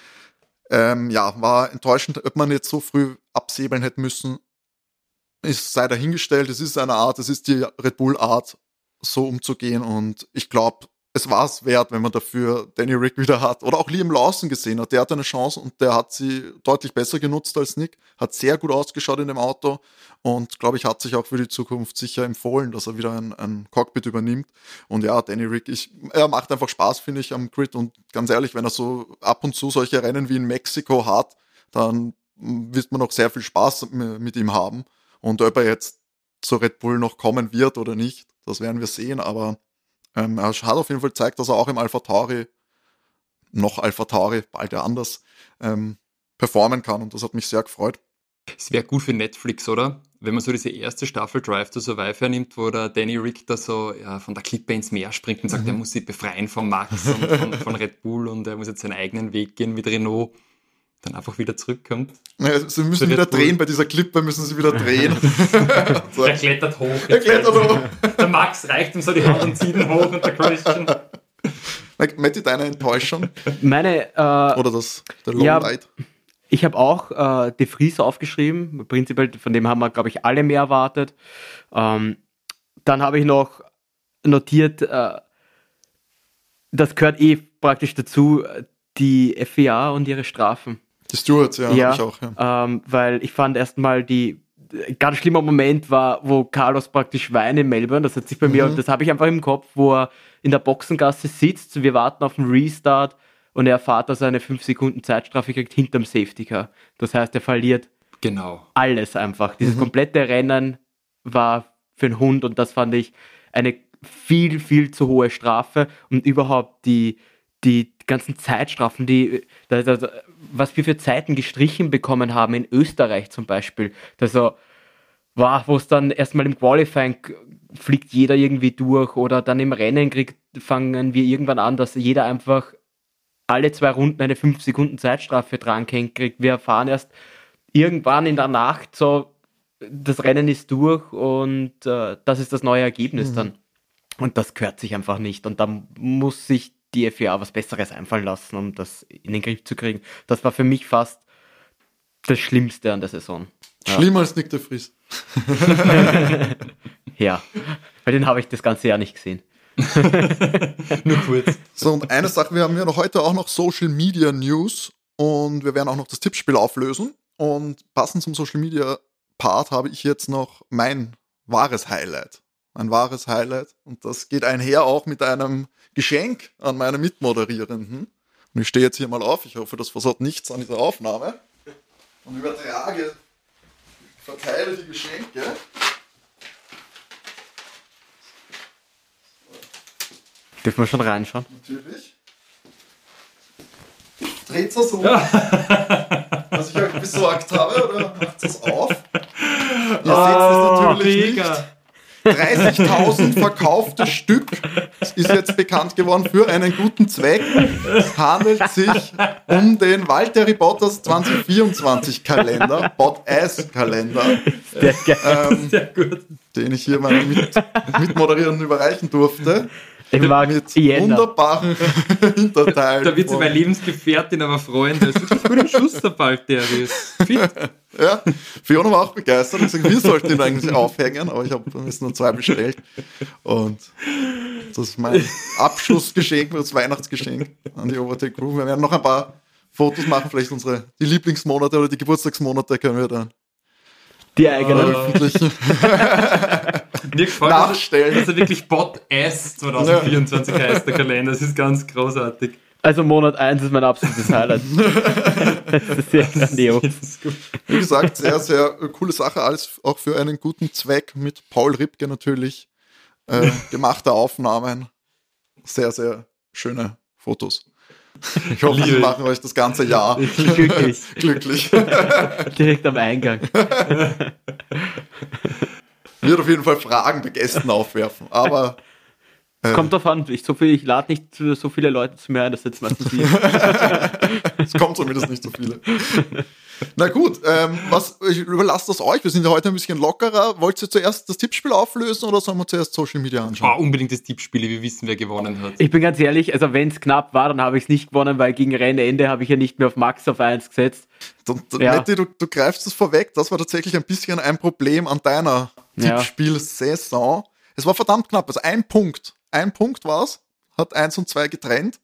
War enttäuschend, ob man jetzt so früh absäbeln hätte müssen. Sei dahingestellt, es ist eine Art, es ist die Red Bull-Art, so umzugehen, und ich glaube, es war es wert, wenn man dafür Danny Rick wieder hat oder auch Liam Lawson gesehen hat. Der hatte eine Chance und der hat sie deutlich besser genutzt als Nick, hat sehr gut ausgeschaut in dem Auto und, glaube ich, hat sich auch für die Zukunft sicher empfohlen, dass er wieder ein Cockpit übernimmt. Und ja, Danny Rick, er macht einfach Spaß, finde ich, am Grid, und ganz ehrlich, wenn er so ab und zu solche Rennen wie in Mexiko hat, dann wird man auch sehr viel Spaß mit ihm haben. Und ob er jetzt zur Red Bull noch kommen wird oder nicht, das werden wir sehen, aber er hat auf jeden Fall gezeigt, dass er auch im AlphaTauri, bald ja anders, performen kann, und das hat mich sehr gefreut. Es wäre gut für Netflix, oder? Wenn man so diese erste Staffel Drive to Survive hernimmt, wo der Danny Rick da so von der Klippe ins Meer springt und sagt, er muss sich befreien von Max und von Red Bull, und er muss jetzt seinen eigenen Weg gehen mit Renault, dann einfach wieder zurückkommt. Ja, sie müssen wieder drehen, bei dieser Klippe müssen sie wieder drehen. So. Er klettert hoch. Hoch. Der Max reicht ihm so die Hand und zieht ihn hoch, und der Christian. Matti, deine Enttäuschung? Meine, oder der Lowlight? Ich habe auch de Vries aufgeschrieben. Prinzipiell, von dem haben wir, glaube ich, alle mehr erwartet. Dann habe ich noch notiert, das gehört praktisch dazu, die FIA und ihre Strafen. Die Stewards, ja, Ja, hab ich auch. Ja. weil ich fand erstmal ganz schlimmer Moment war, wo Carlos praktisch weint in Melbourne. Das hat sich bei mir, das habe ich einfach im Kopf, wo er in der Boxengasse sitzt, wir warten auf den Restart und er erfahrt, dass er eine 5 Sekunden Zeitstrafe kriegt hinterm Safety Car. Das heißt, er verliert Genau. alles einfach. Dieses komplette Rennen war für einen Hund und das fand ich eine viel, viel zu hohe Strafe und überhaupt die ganzen Zeitstrafen, was wir für Zeiten gestrichen bekommen haben in Österreich zum Beispiel. Also, wo es dann erstmal im Qualifying fliegt jeder irgendwie durch oder dann im Rennen fangen wir irgendwann an, dass jeder einfach alle 2 Runden eine 5 Sekunden Zeitstrafe dranhängt kriegt. Wir erfahren erst irgendwann in der Nacht so, das Rennen ist durch und das ist das neue Ergebnis dann. Und das gehört sich einfach nicht. Und da muss sich die FIA was Besseres einfallen lassen, um das in den Griff zu kriegen. Das war für mich fast das Schlimmste an der Saison. Ja. Schlimmer als Nick de Vries. Ja, weil den habe ich das ganze Jahr nicht gesehen. Nur kurz. So, und eine Sache, wir haben ja noch heute auch noch Social Media News und wir werden auch noch das Tippspiel auflösen. Und passend zum Social Media Part habe ich jetzt noch mein wahres Highlight. Mein wahres Highlight. Und das geht einher auch mit einem Geschenk an meine Mitmoderierenden. Und ich stehe jetzt hier mal auf. Ich hoffe, das versaut nichts an dieser Aufnahme. Und verteile die Geschenke. Dürfen wir schon reinschauen? Natürlich. Dreht es so, was ich euch besorgt habe, oder macht es auf? Ihr seht es natürlich mega. nicht. 30.000 verkaufte Stück ist jetzt bekannt geworden für einen guten Zweck. Es handelt sich um den Valtteri Bottas 2024 Kalender, Bottas-Kalender, Sehr gut. den ich hier meinen Mitmoderierenden überreichen durfte. Ich mag Mit Jänner. wunderbaren Hinterteilen. Da wird sich meine Lebensgefährtin aber freuen, der ist wirklich gut im Schuss, der Valtteri. Fit. Ja, Fiona war auch begeistert und gesagt, wir sollten ihn eigentlich aufhängen, aber ich habe nur 2 bestellt. Und das ist mein Abschlussgeschenk, das Weihnachtsgeschenk an die Overtake Crew. Wir werden noch ein paar Fotos machen, vielleicht die Lieblingsmonate oder die Geburtstagsmonate können wir dann Die eigenen. veröffentlichen. Mir gefällt, Nachstellen. dass er wirklich Bot-S 2024 heißt, der Kalender. Das ist ganz großartig. Also Monat 1 ist mein absolutes Highlight. Das ist sehr grandios. Wie gesagt, sehr, sehr coole Sache, alles auch für einen guten Zweck mit Paul Ripke natürlich. Gemachte Aufnahmen. Sehr, sehr schöne Fotos. Ich hoffe, sie machen euch das ganze Jahr glücklich. Direkt am Eingang. Wird auf jeden Fall Fragen bei Gästen aufwerfen, aber Es kommt drauf an, ich lade nicht so viele Leute zu mir ein, das jetzt meistens sie. es kommt zumindest nicht so viele. Na gut, ich überlasse das euch. Wir sind ja heute ein bisschen lockerer. Wollt ihr zuerst das Tippspiel auflösen oder sollen wir zuerst Social Media anschauen? Unbedingt das Tippspiel, wir wissen, wer gewonnen hat. Ich bin ganz ehrlich, also wenn es knapp war, dann habe ich es nicht gewonnen, weil gegen Rennende habe ich ja nicht mehr auf Max auf 1 gesetzt. Ja. Matti, du greifst es vorweg. Das war tatsächlich ein bisschen ein Problem an deiner Tippspiel-Saison. Es war verdammt knapp. Also ein Punkt war es. Hat 1 und 2 getrennt.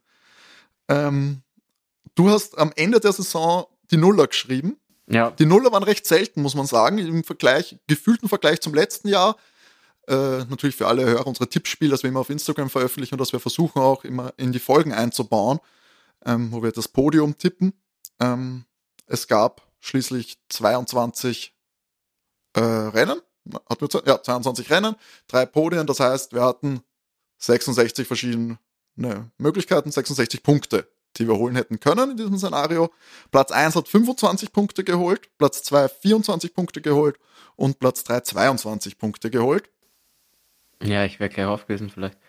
Du hast am Ende der Saison die Nuller geschrieben. Ja. Die Nuller waren recht selten, muss man sagen, im gefühlten Vergleich zum letzten Jahr. Natürlich für alle Hörer unsere Tippspiele, das wir immer auf Instagram veröffentlichen und das wir versuchen auch immer in die Folgen einzubauen, wo wir das Podium tippen. Es gab schließlich 22 Rennen. 22 Rennen, 3 Podien, das heißt, wir hatten 66 verschiedene Möglichkeiten, 66 Punkte, die wir holen hätten können in diesem Szenario. Platz 1 hat 25 Punkte geholt, Platz 2 24 Punkte geholt und Platz 3 22 Punkte geholt. Ja, ich wäre gleich aufgewiesen vielleicht.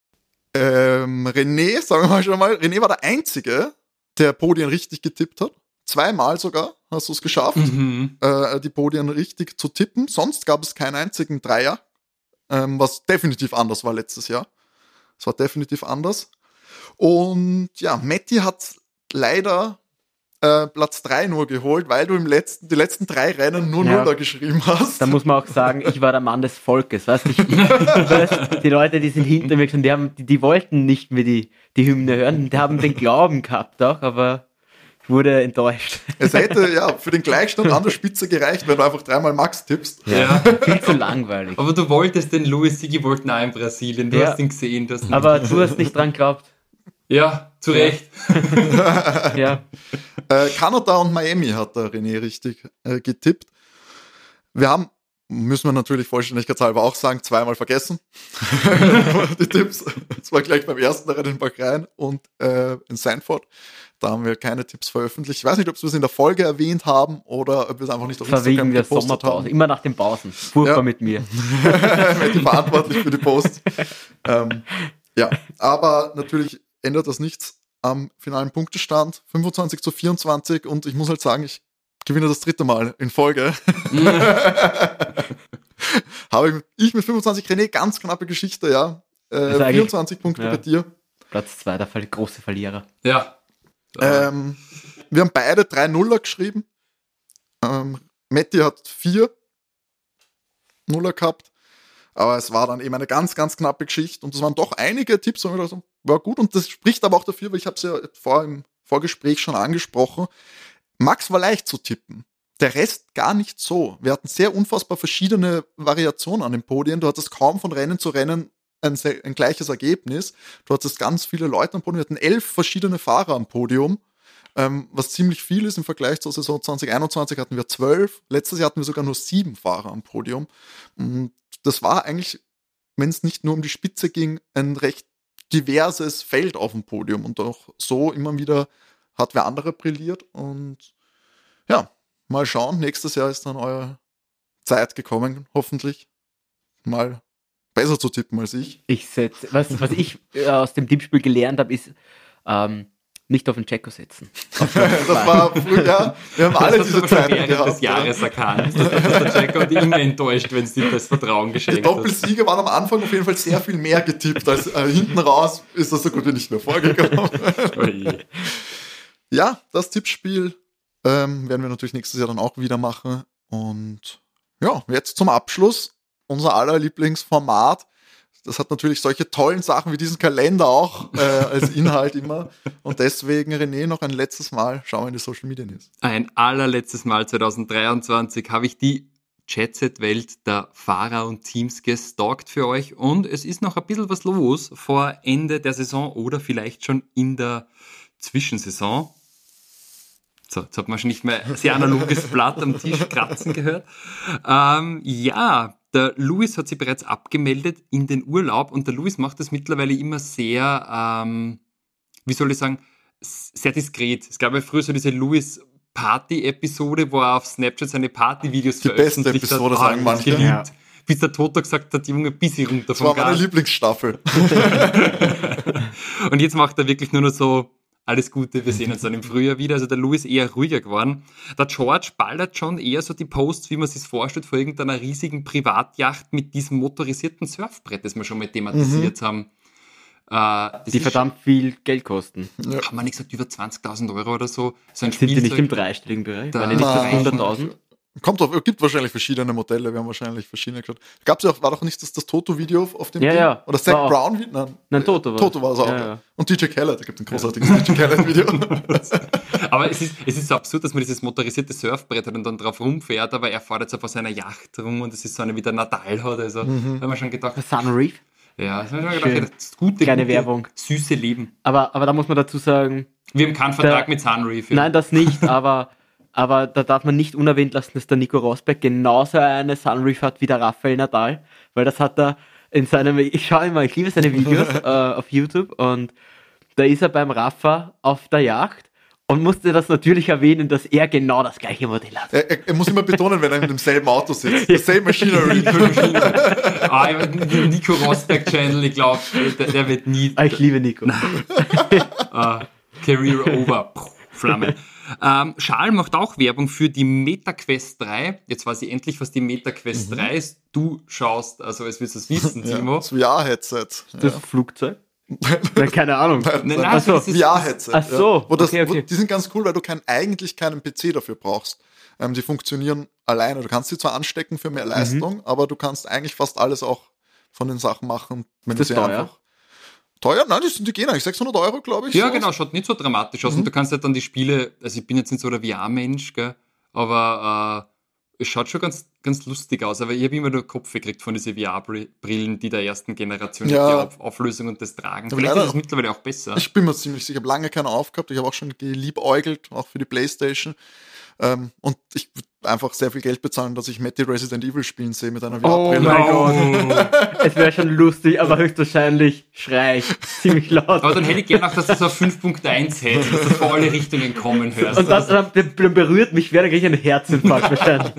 René, sagen wir mal schon mal, René war der Einzige, der Podien richtig getippt hat. 2-mal sogar hast du es geschafft, die Podien richtig zu tippen. Sonst gab es keinen einzigen Dreier, was definitiv anders war letztes Jahr. Es war definitiv anders. Und ja, Matti hat leider Platz 3 nur geholt, weil du die letzten 3 Rennen nur Nuller geschrieben hast. Da muss man auch sagen, ich war der Mann des Volkes. Weißt du, die Leute, die sind hinter mir gestanden, die wollten nicht mehr die Hymne hören, die haben den Glauben gehabt auch, aber ich wurde enttäuscht. Es hätte ja für den Gleichstand an der Spitze gereicht, wenn du einfach 3-mal Max tippst. Ja. Viel zu langweilig. Aber du wolltest den Luis Sigi wollten auch in Brasilien. Du hast ihn gesehen. Du hast ihn Aber du hast nicht dran geglaubt. ja, zu Recht. Ja. Kanada und Miami hat der René richtig getippt. Wir haben, müssen wir natürlich vollständigkeitshalber auch sagen, 2-mal vergessen. Die Tipps. Das war gleich beim ersten Rennen in Bahrain und in Sanford. Da haben wir keine Tipps veröffentlicht. Ich weiß nicht, ob wir es in der Folge erwähnt haben oder ob wir es einfach nicht auf Verwegen Instagram der gepostet Sommerpause. haben. Immer nach den Pausen. Furchtbar mit mir. Die verantwortlich für die Post. Ja, aber natürlich ändert das nichts am finalen Punktestand. 25-24 und ich muss halt sagen, ich gewinne das 3. Mal in Folge. Habe ich mit 25, René, ganz knappe Geschichte, ja. 24 Punkte bei dir. Platz 2, der große Verlierer. Ja. Wir haben beide 3 Nuller geschrieben. Matti hat 4 Nuller gehabt. Aber es war dann eben eine ganz, ganz knappe Geschichte. Und es waren doch einige Tipps, und das war gut. Und das spricht aber auch dafür, weil ich habe es ja im Vorgespräch schon angesprochen. Max war leicht zu tippen. Der Rest gar nicht so. Wir hatten sehr unfassbar verschiedene Variationen an den Podien. Du hattest kaum von Rennen zu Rennen ein gleiches Ergebnis. Du hattest ganz viele Leute am Podium. Wir hatten 11 verschiedene Fahrer am Podium, was ziemlich viel ist im Vergleich zur Saison 2021 hatten wir 12. Letztes Jahr hatten wir sogar nur 7 Fahrer am Podium. Und das war eigentlich, wenn es nicht nur um die Spitze ging, ein recht diverses Feld auf dem Podium. Und auch so immer wieder hat wer andere brilliert. Und ja, mal schauen. Nächstes Jahr ist dann eure Zeit gekommen, hoffentlich. Mal besser zu tippen als ich. Was ich aus dem Tippspiel gelernt habe, ist nicht auf den Checo setzen. Das war früher, ja, wir haben alle diese Zeiten während gehabt. des Jahres erkannt, dass der Checo die immer enttäuscht, wenn es dir das Vertrauen Die geschenkt hat. Doppelsieger waren am Anfang auf jeden Fall sehr viel mehr getippt, als hinten raus ist das so gut wie nicht mehr vorgekommen. Ja, das Tippspiel werden wir natürlich nächstes Jahr dann auch wieder machen. Und ja, jetzt zum Abschluss unser aller Lieblingsformat. Das hat natürlich solche tollen Sachen wie diesen Kalender auch als Inhalt immer. Und deswegen, René, noch ein letztes Mal schauen wir in die Social Media News. Ein allerletztes Mal 2023 habe ich die Jet-Set-Welt der Fahrer und Teams gestalkt für euch. Und es ist noch ein bisschen was los vor Ende der Saison oder vielleicht schon in der Zwischensaison. So, jetzt hat man schon nicht mehr ein sehr analoges Blatt am Tisch kratzen gehört. Ja, der Luis hat sich bereits abgemeldet in den Urlaub und der Luis macht das mittlerweile immer sehr, wie soll ich sagen, sehr diskret. Es gab ja früher so diese Luis-Party-Episode, wo er auf Snapchat seine Party-Videos veröffentlicht hat. Die beste Episode, sagen manche. Ja. Bis der Toto gesagt hat, Junge, bisschen runter Das vom war meine Gas. Lieblingsstaffel. Und jetzt macht er wirklich nur noch so, alles Gute, wir sehen uns dann im Frühjahr wieder. Also der Louis eher ruhiger geworden. Der George ballert schon eher so die Posts, wie man sich vorstellt, vor irgendeiner riesigen Privatjacht mit diesem motorisierten Surfbrett, das wir schon mal thematisiert haben. Die verdammt viel Geld kosten. Ja. Haben wir nicht gesagt, über 20.000 Euro oder so? So ein Sind die nicht im Spielzeug. dreistelligen Bereich? Da- Waren die nicht Nein. so 100.000? Gibt wahrscheinlich verschiedene Modelle, wir haben wahrscheinlich verschiedene geschaut. Gab's ja auch, war doch nicht das Toto-Video auf dem Ja, Ding? ja. Oder Zach War auch. Brown? Nein, Toto war Toto war es auch. Ja, Ja. ja. Und DJ Khaled, da gibt es ein großartiges DJ Khaled-Video. Aber es ist so absurd, dass man dieses motorisierte Surfbrett hat und dann drauf rumfährt, aber er fährt jetzt auf seiner Yacht rum und es ist so eine, wie der Nadal hat. Also, da haben wir schon gedacht, Sunreef. ja, das haben wir schon Schön. gedacht, das gute, Kleine Werbung. süße Leben. Aber da muss man dazu sagen, Wir haben keinen Vertrag mit Sunreef. Ja. nein, das nicht, aber da darf man nicht unerwähnt lassen, dass der Nico Rosberg genauso eine Sunreef hat wie der Rafael Nadal, weil das hat er in seinem, ich liebe seine Videos auf YouTube und da ist er beim Rafa auf der Yacht und musste das natürlich erwähnen, dass er genau das gleiche Modell hat. Er muss immer betonen, wenn er in demselben Auto sitzt. The same machinery. Nico Rosberg Channel, ich glaube, der wird nie Ich liebe Nico. Career over. Puh, Flamme. Charles macht auch Werbung für die MetaQuest 3. Jetzt weiß ich endlich, was die MetaQuest 3 ist. Du schaust, also als willst du es wissen, Ja, Timo. das VR-Headset. Das Flugzeug? Nein, keine Ahnung. Nein, Ach so, das ist- VR-Headset. Ach so, Ja. okay. Die sind ganz cool, weil du eigentlich keinen PC dafür brauchst. Die funktionieren alleine. Du kannst sie zwar anstecken für mehr Leistung, aber du kannst eigentlich fast alles auch von den Sachen machen, wenn Ist du das sie teuer? einfach. Teuer? Nein, die gehen eigentlich 600 Euro, glaube ich. Ja, so. genau, schaut nicht so dramatisch aus. Und du kannst halt dann die Spiele, also ich bin jetzt nicht so der VR-Mensch, gell, aber es schaut schon ganz, ganz lustig aus. Aber ich habe immer nur Kopf gekriegt von diesen VR-Brillen, die der ersten Generation, Ja. die Auflösung und das Tragen. Aber Vielleicht leider- ist es mittlerweile auch besser. Ich bin mir ziemlich sicher, ich habe lange keine aufgehabt. Ich habe auch schon geliebäugelt, auch für die Playstation. Und ich würde einfach sehr viel Geld bezahlen, dass ich Matty Resident Evil spielen sehe mit einer Oh VR-Brille. mein Gott. Es wäre schon lustig, aber höchstwahrscheinlich schrei ich ziemlich laut. Aber dann hätte ich gerne auch, dass du so 5.1 hättest, dass du vor alle Richtungen kommen hörst. Und dann berührt mich, wäre gleich ein Herzinfarkt wahrscheinlich.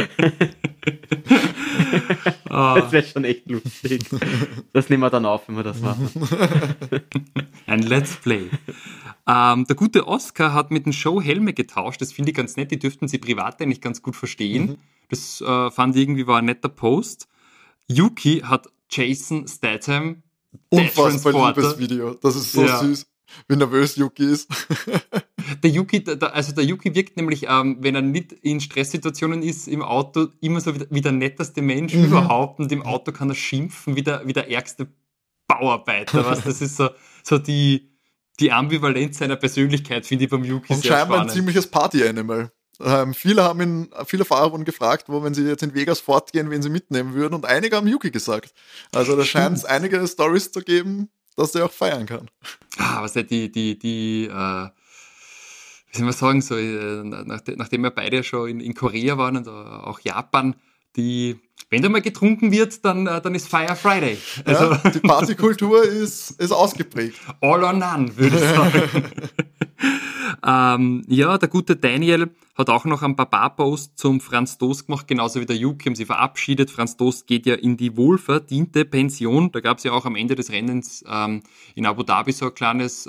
Das wäre schon echt lustig. Das nehmen wir dann auf, wenn wir das machen. Ein Let's Play. Der gute Oscar hat mit dem Show Helme getauscht. Das finde ich ganz nett. Die dürften sie privat eigentlich ganz gut verstehen. Das fand ich irgendwie war ein netter Post. Yuki hat Jason Statham, der Unfassbar Transporter. liebes Video. Das ist so Ja. süß, wie nervös Yuki ist. Der Yuki wirkt nämlich, wenn er nicht in Stresssituationen ist, im Auto immer so wie der netteste Mensch überhaupt. Und im Auto kann er schimpfen wie der ärgste Bauarbeiter. Was? Das ist so die Ambivalenz seiner Persönlichkeit, finde ich beim Yuki Und sehr scheinbar ein spannend. ziemliches Party-Animal. Viele Fahrer wurden gefragt, wenn sie jetzt in Vegas fortgehen, wen sie mitnehmen würden, und einige haben Yuki gesagt. Also da scheint es einige Stories zu geben, dass der auch feiern kann. Was wie soll man sagen, so, nachdem wir beide schon in Korea waren und auch Japan, wenn da mal getrunken wird, dann ist Fire Friday. Also Ja, die Partykultur ist ausgeprägt. all or none, würde ich sagen. Der gute Daniel hat auch noch einen Papa-Post zum Franz Tost gemacht, genauso wie der Yuki, haben sie verabschiedet. Franz Tost geht ja in die wohlverdiente Pension. Da gab es ja auch am Ende des Rennens in Abu Dhabi so ein kleines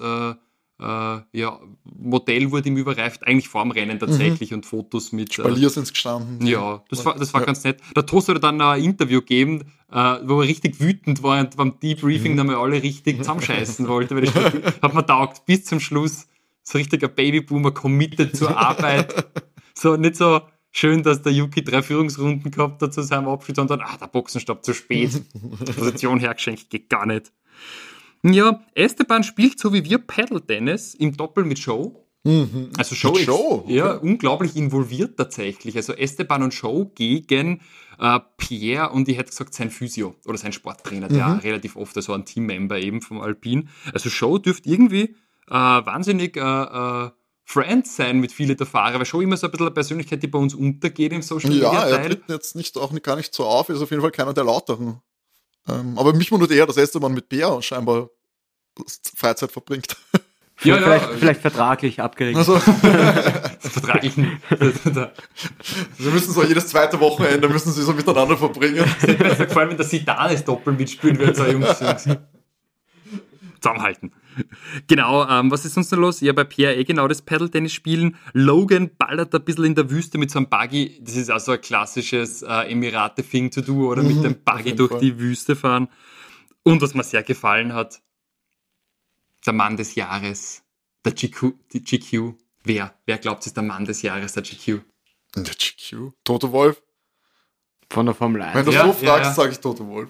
Modell wurde ihm überreicht, eigentlich vor dem Rennen tatsächlich und Fotos mit. Spalier sind gestanden. Ja, das war ganz nett. Der Toast hat dann ein Interview gegeben, wo er richtig wütend war und beim Debriefing nochmal alle richtig zusammenscheißen wollte, weil ich hat mir taugt bis zum Schluss. So richtiger Babyboomer committed zur Arbeit. So nicht so schön, dass der Yuki 3 Führungsrunden gehabt hat zu seinem Abschied und dann, der Boxenstab zu spät. Position hergeschenkt, geht gar nicht. Ja, Esteban spielt so wie wir Paddle-Tennis im Doppel mit Show. Also Show Mit ist Show? ja unglaublich involviert tatsächlich. Also Esteban und Show gegen Pierre und ich hätte gesagt sein Physio oder sein Sporttrainer, der relativ oft so ein Teammember eben vom Alpin. Also Show dürfte irgendwie wahnsinnig Friends sein mit vielen der Fahrer, weil Show immer so ein bisschen eine Persönlichkeit, die bei uns untergeht im Social Media Ja, er Teil. tritt jetzt gar nicht so auf, ist auf jeden Fall keiner der Lauteren. Aber mich wundert eher, dass Esteban mit Bär scheinbar Freizeit verbringt. Vielleicht vertraglich abgeregt. Also, Vertraglich nicht. sie müssen so jedes zweite Wochenende müssen sie so miteinander verbringen. Besser gefallen, wenn der Zidane das Doppel mitspielen würde, so Jungs. Zusammenhalten. Genau, was ist sonst noch los? Ja, bei Pierre genau das Paddle-Tennis spielen. Logan ballert ein bisschen in der Wüste mit so einem Buggy. Das ist also ein klassisches Emirate-Thing to do, oder mit dem Buggy jeden durch Fall. die Wüste fahren. Und was mir sehr gefallen hat, der Mann des Jahres, der GQ. Wer glaubt, ist der Mann des Jahres, der GQ? Der GQ. Toto Wolff. Von der Formel 1. Wenn du Ja, so fragst, ja. sage ich Toto Wolff.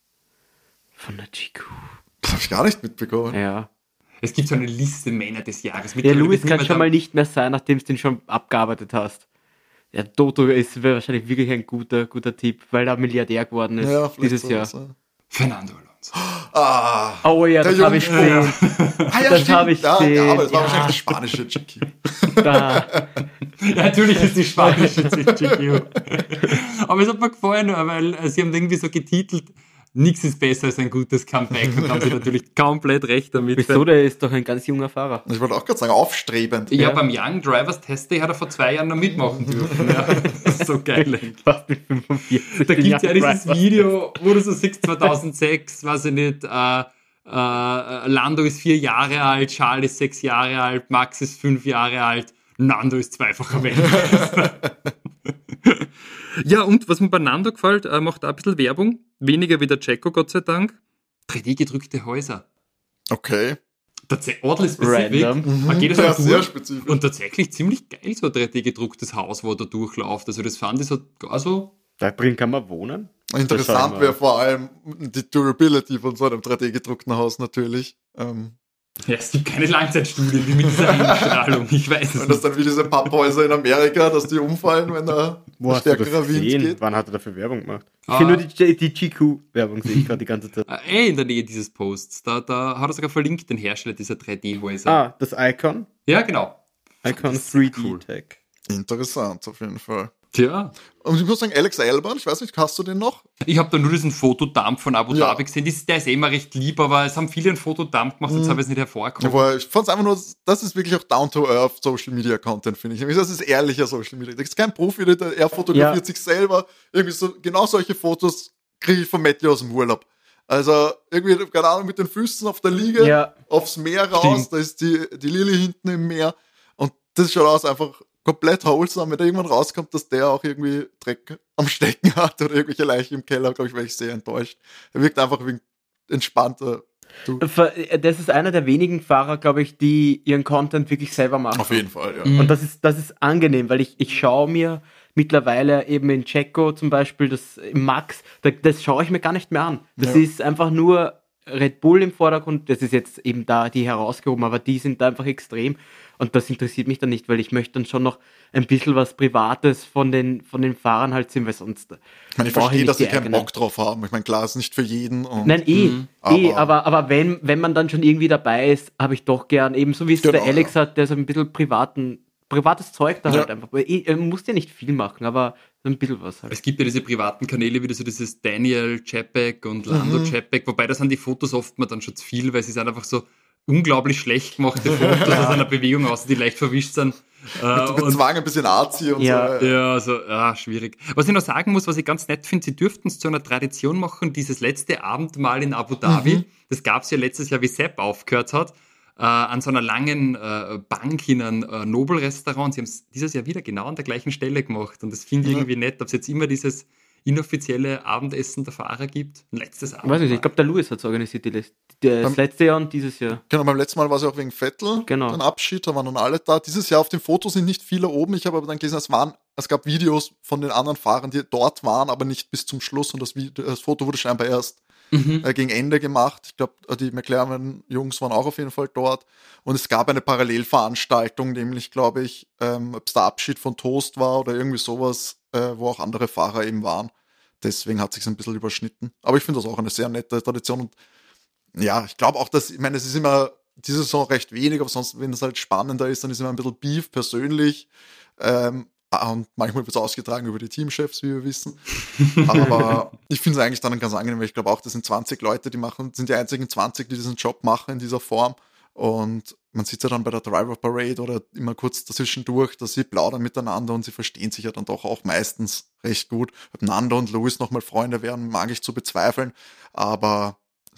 Von der GQ. Das habe ich gar nicht mitbekommen. Ja. Es gibt so eine Liste Männer des Jahres. Der Lewis kann Mittlerweile schon mal nicht mehr sein, nachdem du den schon abgearbeitet hast. Der Toto ist wahrscheinlich wirklich ein guter Tipp, weil er Milliardär geworden ist Ja, vielleicht dieses Jahr. sowas, ja. Fernando Alonso. Ah, Oh ja, der das habe ich Jungspund. gesehen. Ah, ja, Das stimmt. habe ich ja, gesehen, ja, aber das war ja. wahrscheinlich das spanische GQ. Da. Ja, natürlich ist die spanische GQ. Aber es hat mir gefallen, weil sie haben irgendwie so getitelt, nichts ist besser als ein gutes Comeback und haben sie natürlich komplett recht damit. Wieso, der ist doch ein ganz junger Fahrer. Ich wollte auch gerade sagen, aufstrebend. Ja, Ja. beim Young Drivers Test Day hat er vor 2 Jahren noch mitmachen dürfen. Ja, das ist so geil. Fast mit 45. Da gibt es ja Young dieses Drivers. Video, wo du so siehst, 2006, weiß ich nicht, Lando ist 4 Jahre alt, Charles ist 6 Jahre alt, Max ist 5 Jahre alt, Nando ist zweifacher Weltmeister. Ja, und was mir bei Nando gefällt, macht auch ein bisschen Werbung, weniger wie der Checo, Gott sei Dank. 3D-gedrückte Häuser. Okay. Oddly specific. Random. Man geht das Ja, mal sehr durch spezifisch. und tatsächlich ziemlich geil, so ein 3D-gedrucktes Haus, wo er da durchläuft. Also das fand ich so, also Da drin kann man wohnen. Interessant wäre vor allem die Durability von so einem 3D-gedruckten Haus natürlich. Ja, es gibt keine Langzeitstudien wie mit dieser Einstrahlung, ich weiß es Und das nicht. dann wie diese Papphäuser in Amerika, dass die umfallen, wenn da Wo ein hast du das stärkerer Wind gesehen? geht. Wann hat er dafür Werbung gemacht? Ich Ah. finde nur die GQ-Werbung, sehe ich gerade die ganze Zeit. In der Nähe dieses Posts. Da hat er sogar verlinkt, den Hersteller dieser 3D-Häuser. Ah, das Icon. Ja, genau. Icon Das ist sehr 3D cool. Tech. Interessant, auf jeden Fall. Tja. Und ich muss sagen, Alex Alban, ich weiß nicht, hast du den noch? Ich habe da nur diesen Fotodump von Abu Ja. Dhabi gesehen. Der ist immer recht lieb, aber es haben viele einen Fotodump gemacht, jetzt habe ich es nicht hervorgehoben. Aber ich fand es einfach nur, das ist wirklich auch down-to-earth Social Media Content, finde ich. Das ist ehrlicher Social Media. Das ist kein Profi, er fotografiert sich selber. Irgendwie so, genau solche Fotos kriege ich von Matthew aus dem Urlaub. Also irgendwie, keine Ahnung, mit den Füßen auf der Liege, Ja. aufs Meer raus, Stimmt. da ist die Lilly hinten im Meer. Und das schaut aus einfach komplett wholesome, wenn da irgendwann rauskommt, dass der auch irgendwie Dreck am Stecken hat oder irgendwelche Leichen im Keller, glaube ich, wäre ich sehr enttäuscht. Er wirkt einfach wie ein entspannter Dude. Das ist einer der wenigen Fahrer, glaube ich, die ihren Content wirklich selber machen. Auf jeden Fall, ja. Mhm. Und das ist angenehm, weil ich schaue mir mittlerweile eben in Checo zum Beispiel, das im Max, das schaue ich mir gar nicht mehr an. Das Ja. ist einfach nur Red Bull im Vordergrund, das ist jetzt eben da die herausgehoben, aber die sind da einfach extrem und das interessiert mich dann nicht, weil ich möchte dann schon noch ein bisschen was Privates von den Fahrern halt sehen, weil sonst Ich meine, ich brauche verstehe, nicht dass sie die keinen eigenen. Bock drauf haben. Ich meine, klar, ist nicht für jeden. Und Nein, aber wenn man dann schon irgendwie dabei ist, habe ich doch gern, eben so wie es Genau, der Alex hat, der so ein bisschen privates Zeug da Ja. halt einfach. Er muss ja nicht viel machen, aber so ein bisschen was halt. Es gibt ja diese privaten Kanäle, wie so dieses Daniel Čepek und Lando Čepek, wobei da sind die Fotos oft mal dann schon zu viel, weil sie sind einfach so unglaublich schlecht gemachte Fotos aus einer Bewegung aus, die leicht verwischt sind. mit Zwang ein bisschen arzi und Ja. so. Ja, also, schwierig. Was ich noch sagen muss, was ich ganz nett finde, sie dürften es zu einer Tradition machen, dieses letzte Abendmahl in Abu Dhabi, das gab es ja letztes Jahr, wie Sepp aufgehört hat, an so einer langen Bank in einem Nobel-Restaurant. Sie haben es dieses Jahr wieder genau an der gleichen Stelle gemacht und das finde ich irgendwie nett, ob es jetzt immer dieses inoffizielle Abendessen der Fahrer gibt. Ein letztes Ich weiß Abendmahl. nicht, ich glaube, der Lewis hat es organisiert, das letzte Jahr und dieses Jahr. Genau, beim letzten Mal war es ja auch wegen Vettel, Genau. ein Abschied, da waren dann alle da. Dieses Jahr auf dem Foto sind nicht viele oben. Ich habe aber dann gelesen, es gab Videos von den anderen Fahrern, die dort waren, aber nicht bis zum Schluss und das Foto wurde scheinbar erst gegen Ende gemacht. Ich glaube, die McLaren-Jungs waren auch auf jeden Fall dort. Und es gab eine Parallelveranstaltung, nämlich, glaube ich, ob es der Abschied von Toast war oder irgendwie sowas, wo auch andere Fahrer eben waren. Deswegen hat es sich ein bisschen überschnitten. Aber ich finde das auch eine sehr nette Tradition. Und ja, ich glaube auch, dass, ich meine, es ist immer diese Saison recht wenig, aber sonst, wenn es halt spannender ist, dann ist immer ein bisschen Beef persönlich. Und manchmal wird es ausgetragen über die Teamchefs, wie wir wissen. Aber ich finde es eigentlich dann ganz angenehm, weil ich glaube auch, das sind 20 Leute, sind die einzigen 20, die diesen Job machen in dieser Form. Und man sieht ja dann bei der Driver Parade oder immer kurz dazwischendurch, dass sie plaudern miteinander und sie verstehen sich ja dann doch auch meistens recht gut. Ob Nando und Lewis nochmal Freunde werden, mag ich zu bezweifeln. Aber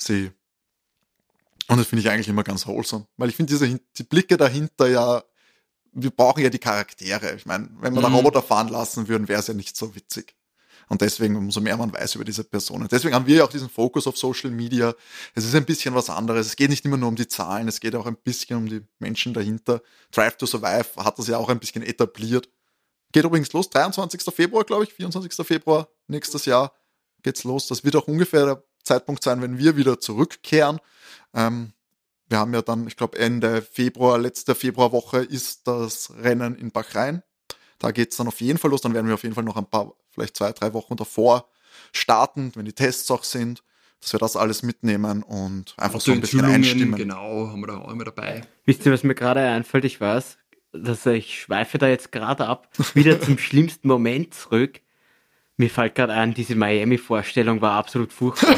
und das finde ich eigentlich immer ganz wholesome. Weil ich finde die Blicke dahinter ja, wir brauchen ja die Charaktere. Ich meine, wenn wir da Roboter fahren lassen würden, wäre es ja nicht so witzig. Und deswegen, umso mehr man weiß über diese Personen. Deswegen haben wir ja auch diesen Fokus auf Social Media. Es ist ein bisschen was anderes. Es geht nicht immer nur um die Zahlen, es geht auch ein bisschen um die Menschen dahinter. Drive to Survive hat das ja auch ein bisschen etabliert. Geht übrigens los, 23. Februar, glaube ich, 24. Februar nächstes Jahr geht's los. Das wird auch ungefähr der Zeitpunkt sein, wenn wir wieder zurückkehren. Wir haben ja dann, ich glaube, Ende Februar, letzte Februarwoche ist das Rennen in Bahrain. Da geht's dann auf jeden Fall los. Dann werden wir auf jeden Fall noch ein paar, vielleicht 2-3 Wochen davor starten, wenn die Tests auch sind, dass wir das alles mitnehmen und einfach so ein bisschen einstimmen. Genau, haben wir da auch immer dabei. Wisst ihr, was mir gerade einfällt? Ich weiß, dass ich schweife da jetzt gerade ab, wieder zum schlimmsten Moment zurück. Mir fällt gerade ein, diese Miami-Vorstellung war absolut furchtbar.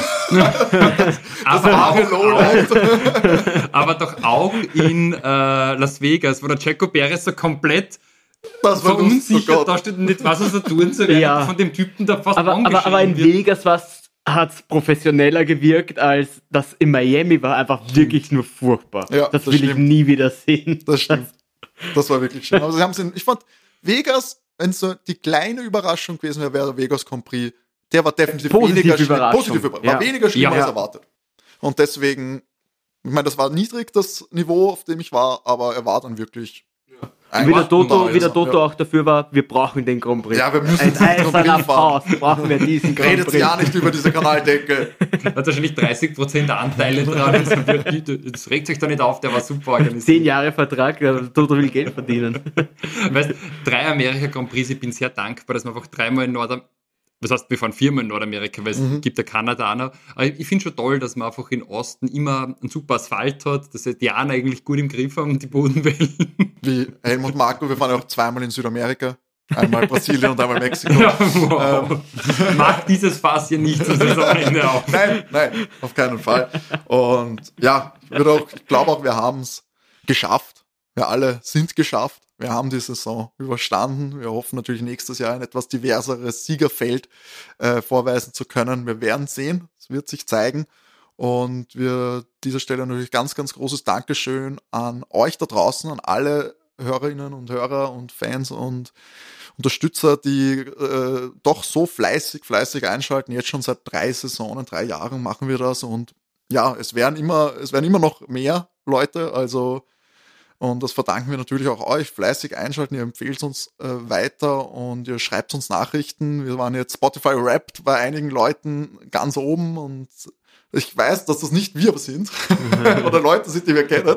Aber doch auch in Las Vegas, wo der Checo Perez so komplett Das war verunsichert da steht und nicht weiß, was er tun soll, Ja. von dem Typen da fast aber in wird. Vegas hat es professioneller gewirkt, als das in Miami war. Einfach wirklich nur furchtbar. Ja, das das will ich stimmt. nie wieder sehen. Das stimmt. Das war wirklich schön. Aber ich fand, Vegas, wenn so die kleine Überraschung gewesen wäre, wäre der Vegas Grand Prix, der war definitiv Positiv weniger schlimm. Überraschung. Positiv war Ja. weniger schlimm Ja. als erwartet. Und deswegen, ich meine, das war niedrig, das Niveau, auf dem ich war, aber er war dann wirklich Wie der Toto auch dafür war, wir brauchen den Grand Prix. Ja, wir müssen Ein eiserner fahren. Faust brauchen wir diesen Grand Redet Prix. ja nicht über diese Kanaldecke. Hat wahrscheinlich 30% Anteile dran. Jetzt regt sich da nicht auf, der war super organisiert. 10 Jahre Vertrag, der Toto will Geld verdienen. Weißt, 3 Amerika Grand Prix, ich bin sehr dankbar, dass wir einfach 3-mal in was heißt, wir fahren 4-mal in Nordamerika, weil es gibt ja Kanada auch noch. Aber ich finde schon toll, dass man einfach in Osten immer einen super Asphalt hat, dass die einen eigentlich gut im Griff haben, die Bodenwellen. Wie Helmut Marko, wir fahren ja auch 2-mal in Südamerika. Einmal Brasilien und einmal Mexiko. Ja, wow. Macht dieses Fass hier nicht zum Saisonende auf. Nein, auf keinen Fall. Und ja, ich glaube auch, wir haben es geschafft. Wir alle sind geschafft. Wir haben die Saison überstanden. Wir hoffen natürlich nächstes Jahr ein etwas diverseres Siegerfeld vorweisen zu können. Wir werden sehen. Es wird sich zeigen. Und wir an dieser Stelle natürlich ganz, ganz großes Dankeschön an euch da draußen, an alle Hörerinnen und Hörer und Fans und Unterstützer, die doch so fleißig einschalten. Jetzt schon seit 3 Saisonen, 3 Jahren machen wir das. Und ja, es werden immer noch mehr Leute, also und das verdanken wir natürlich auch euch. Fleißig einschalten, ihr empfehlt uns weiter und ihr schreibt uns Nachrichten. Wir waren jetzt Spotify Wrapped bei einigen Leuten ganz oben und ich weiß, dass das nicht wir sind oder Leute sind, die wir kennen.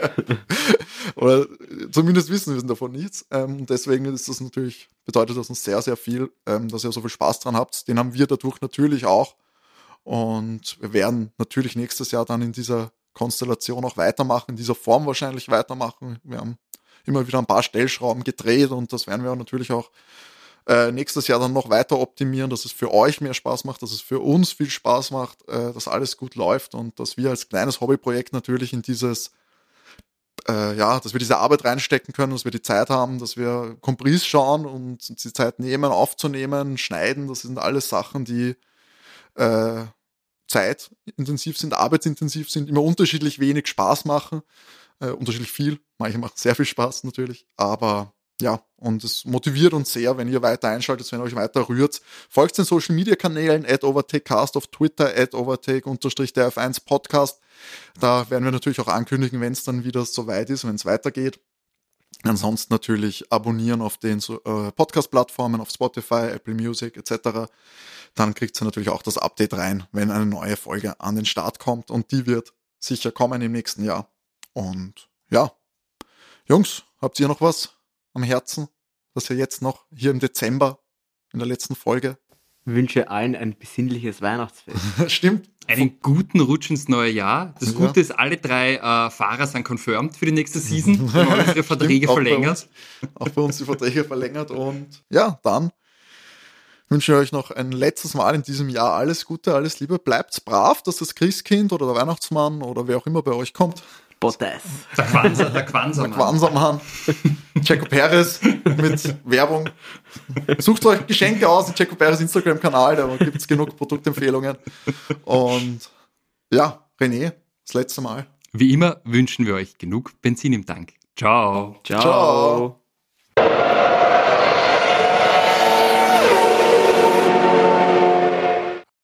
Oder zumindest wissen wir davon nichts. Deswegen ist das natürlich, bedeutet das uns sehr, sehr viel, dass ihr so viel Spaß dran habt. Den haben wir dadurch natürlich auch. Und wir werden natürlich nächstes Jahr dann in dieser Konstellation auch weitermachen, in dieser Form wahrscheinlich weitermachen. Wir haben immer wieder ein paar Stellschrauben gedreht und das werden wir natürlich auch nächstes Jahr dann noch weiter optimieren, dass es für euch mehr Spaß macht, dass es für uns viel Spaß macht, dass alles gut läuft und dass wir als kleines Hobbyprojekt natürlich in dieses dass wir diese Arbeit reinstecken können, dass wir die Zeit haben, dass wir Compris schauen und die Zeit nehmen, aufzunehmen, schneiden. Das sind alles Sachen, die zeitintensiv sind, arbeitsintensiv sind, immer unterschiedlich wenig Spaß machen, unterschiedlich viel. Manche machen sehr viel Spaß natürlich, aber ja, und es motiviert uns sehr, wenn ihr weiter einschaltet, wenn ihr euch weiter rührt. Folgt den Social Media Kanälen, @overtakecast auf Twitter, @overtake_der F1-Podcast. Da werden wir natürlich auch ankündigen, wenn es dann wieder soweit ist, wenn es weitergeht. Ansonsten natürlich abonnieren auf den Podcast-Plattformen, auf Spotify, Apple Music etc. Dann kriegt ihr natürlich auch das Update rein, wenn eine neue Folge an den Start kommt. Und die wird sicher kommen im nächsten Jahr. Und ja, Jungs, habt ihr noch was am Herzen, dass ihr jetzt noch hier im Dezember in der letzten Folge Wünsche allen ein besinnliches Weihnachtsfest. Stimmt. Einen guten Rutsch ins neue Jahr. Das Gute ist, alle 3 Fahrer sind confirmed für die nächste Season. Wir haben unsere Verträge verlängert. Auch bei uns die Verträge verlängert. Und ja, dann wünsche ich euch noch ein letztes Mal in diesem Jahr alles Gute, alles Liebe. Bleibt's brav, dass das Christkind oder der Weihnachtsmann oder wer auch immer bei euch kommt. Bottas. Der Quansermann. Checo Perez mit Werbung. Sucht euch Geschenke aus, den Checo Perez Instagram-Kanal, da gibt es genug Produktempfehlungen. Und ja, René, das letzte Mal. Wie immer wünschen wir euch genug Benzin im Tank. Ciao. Ciao.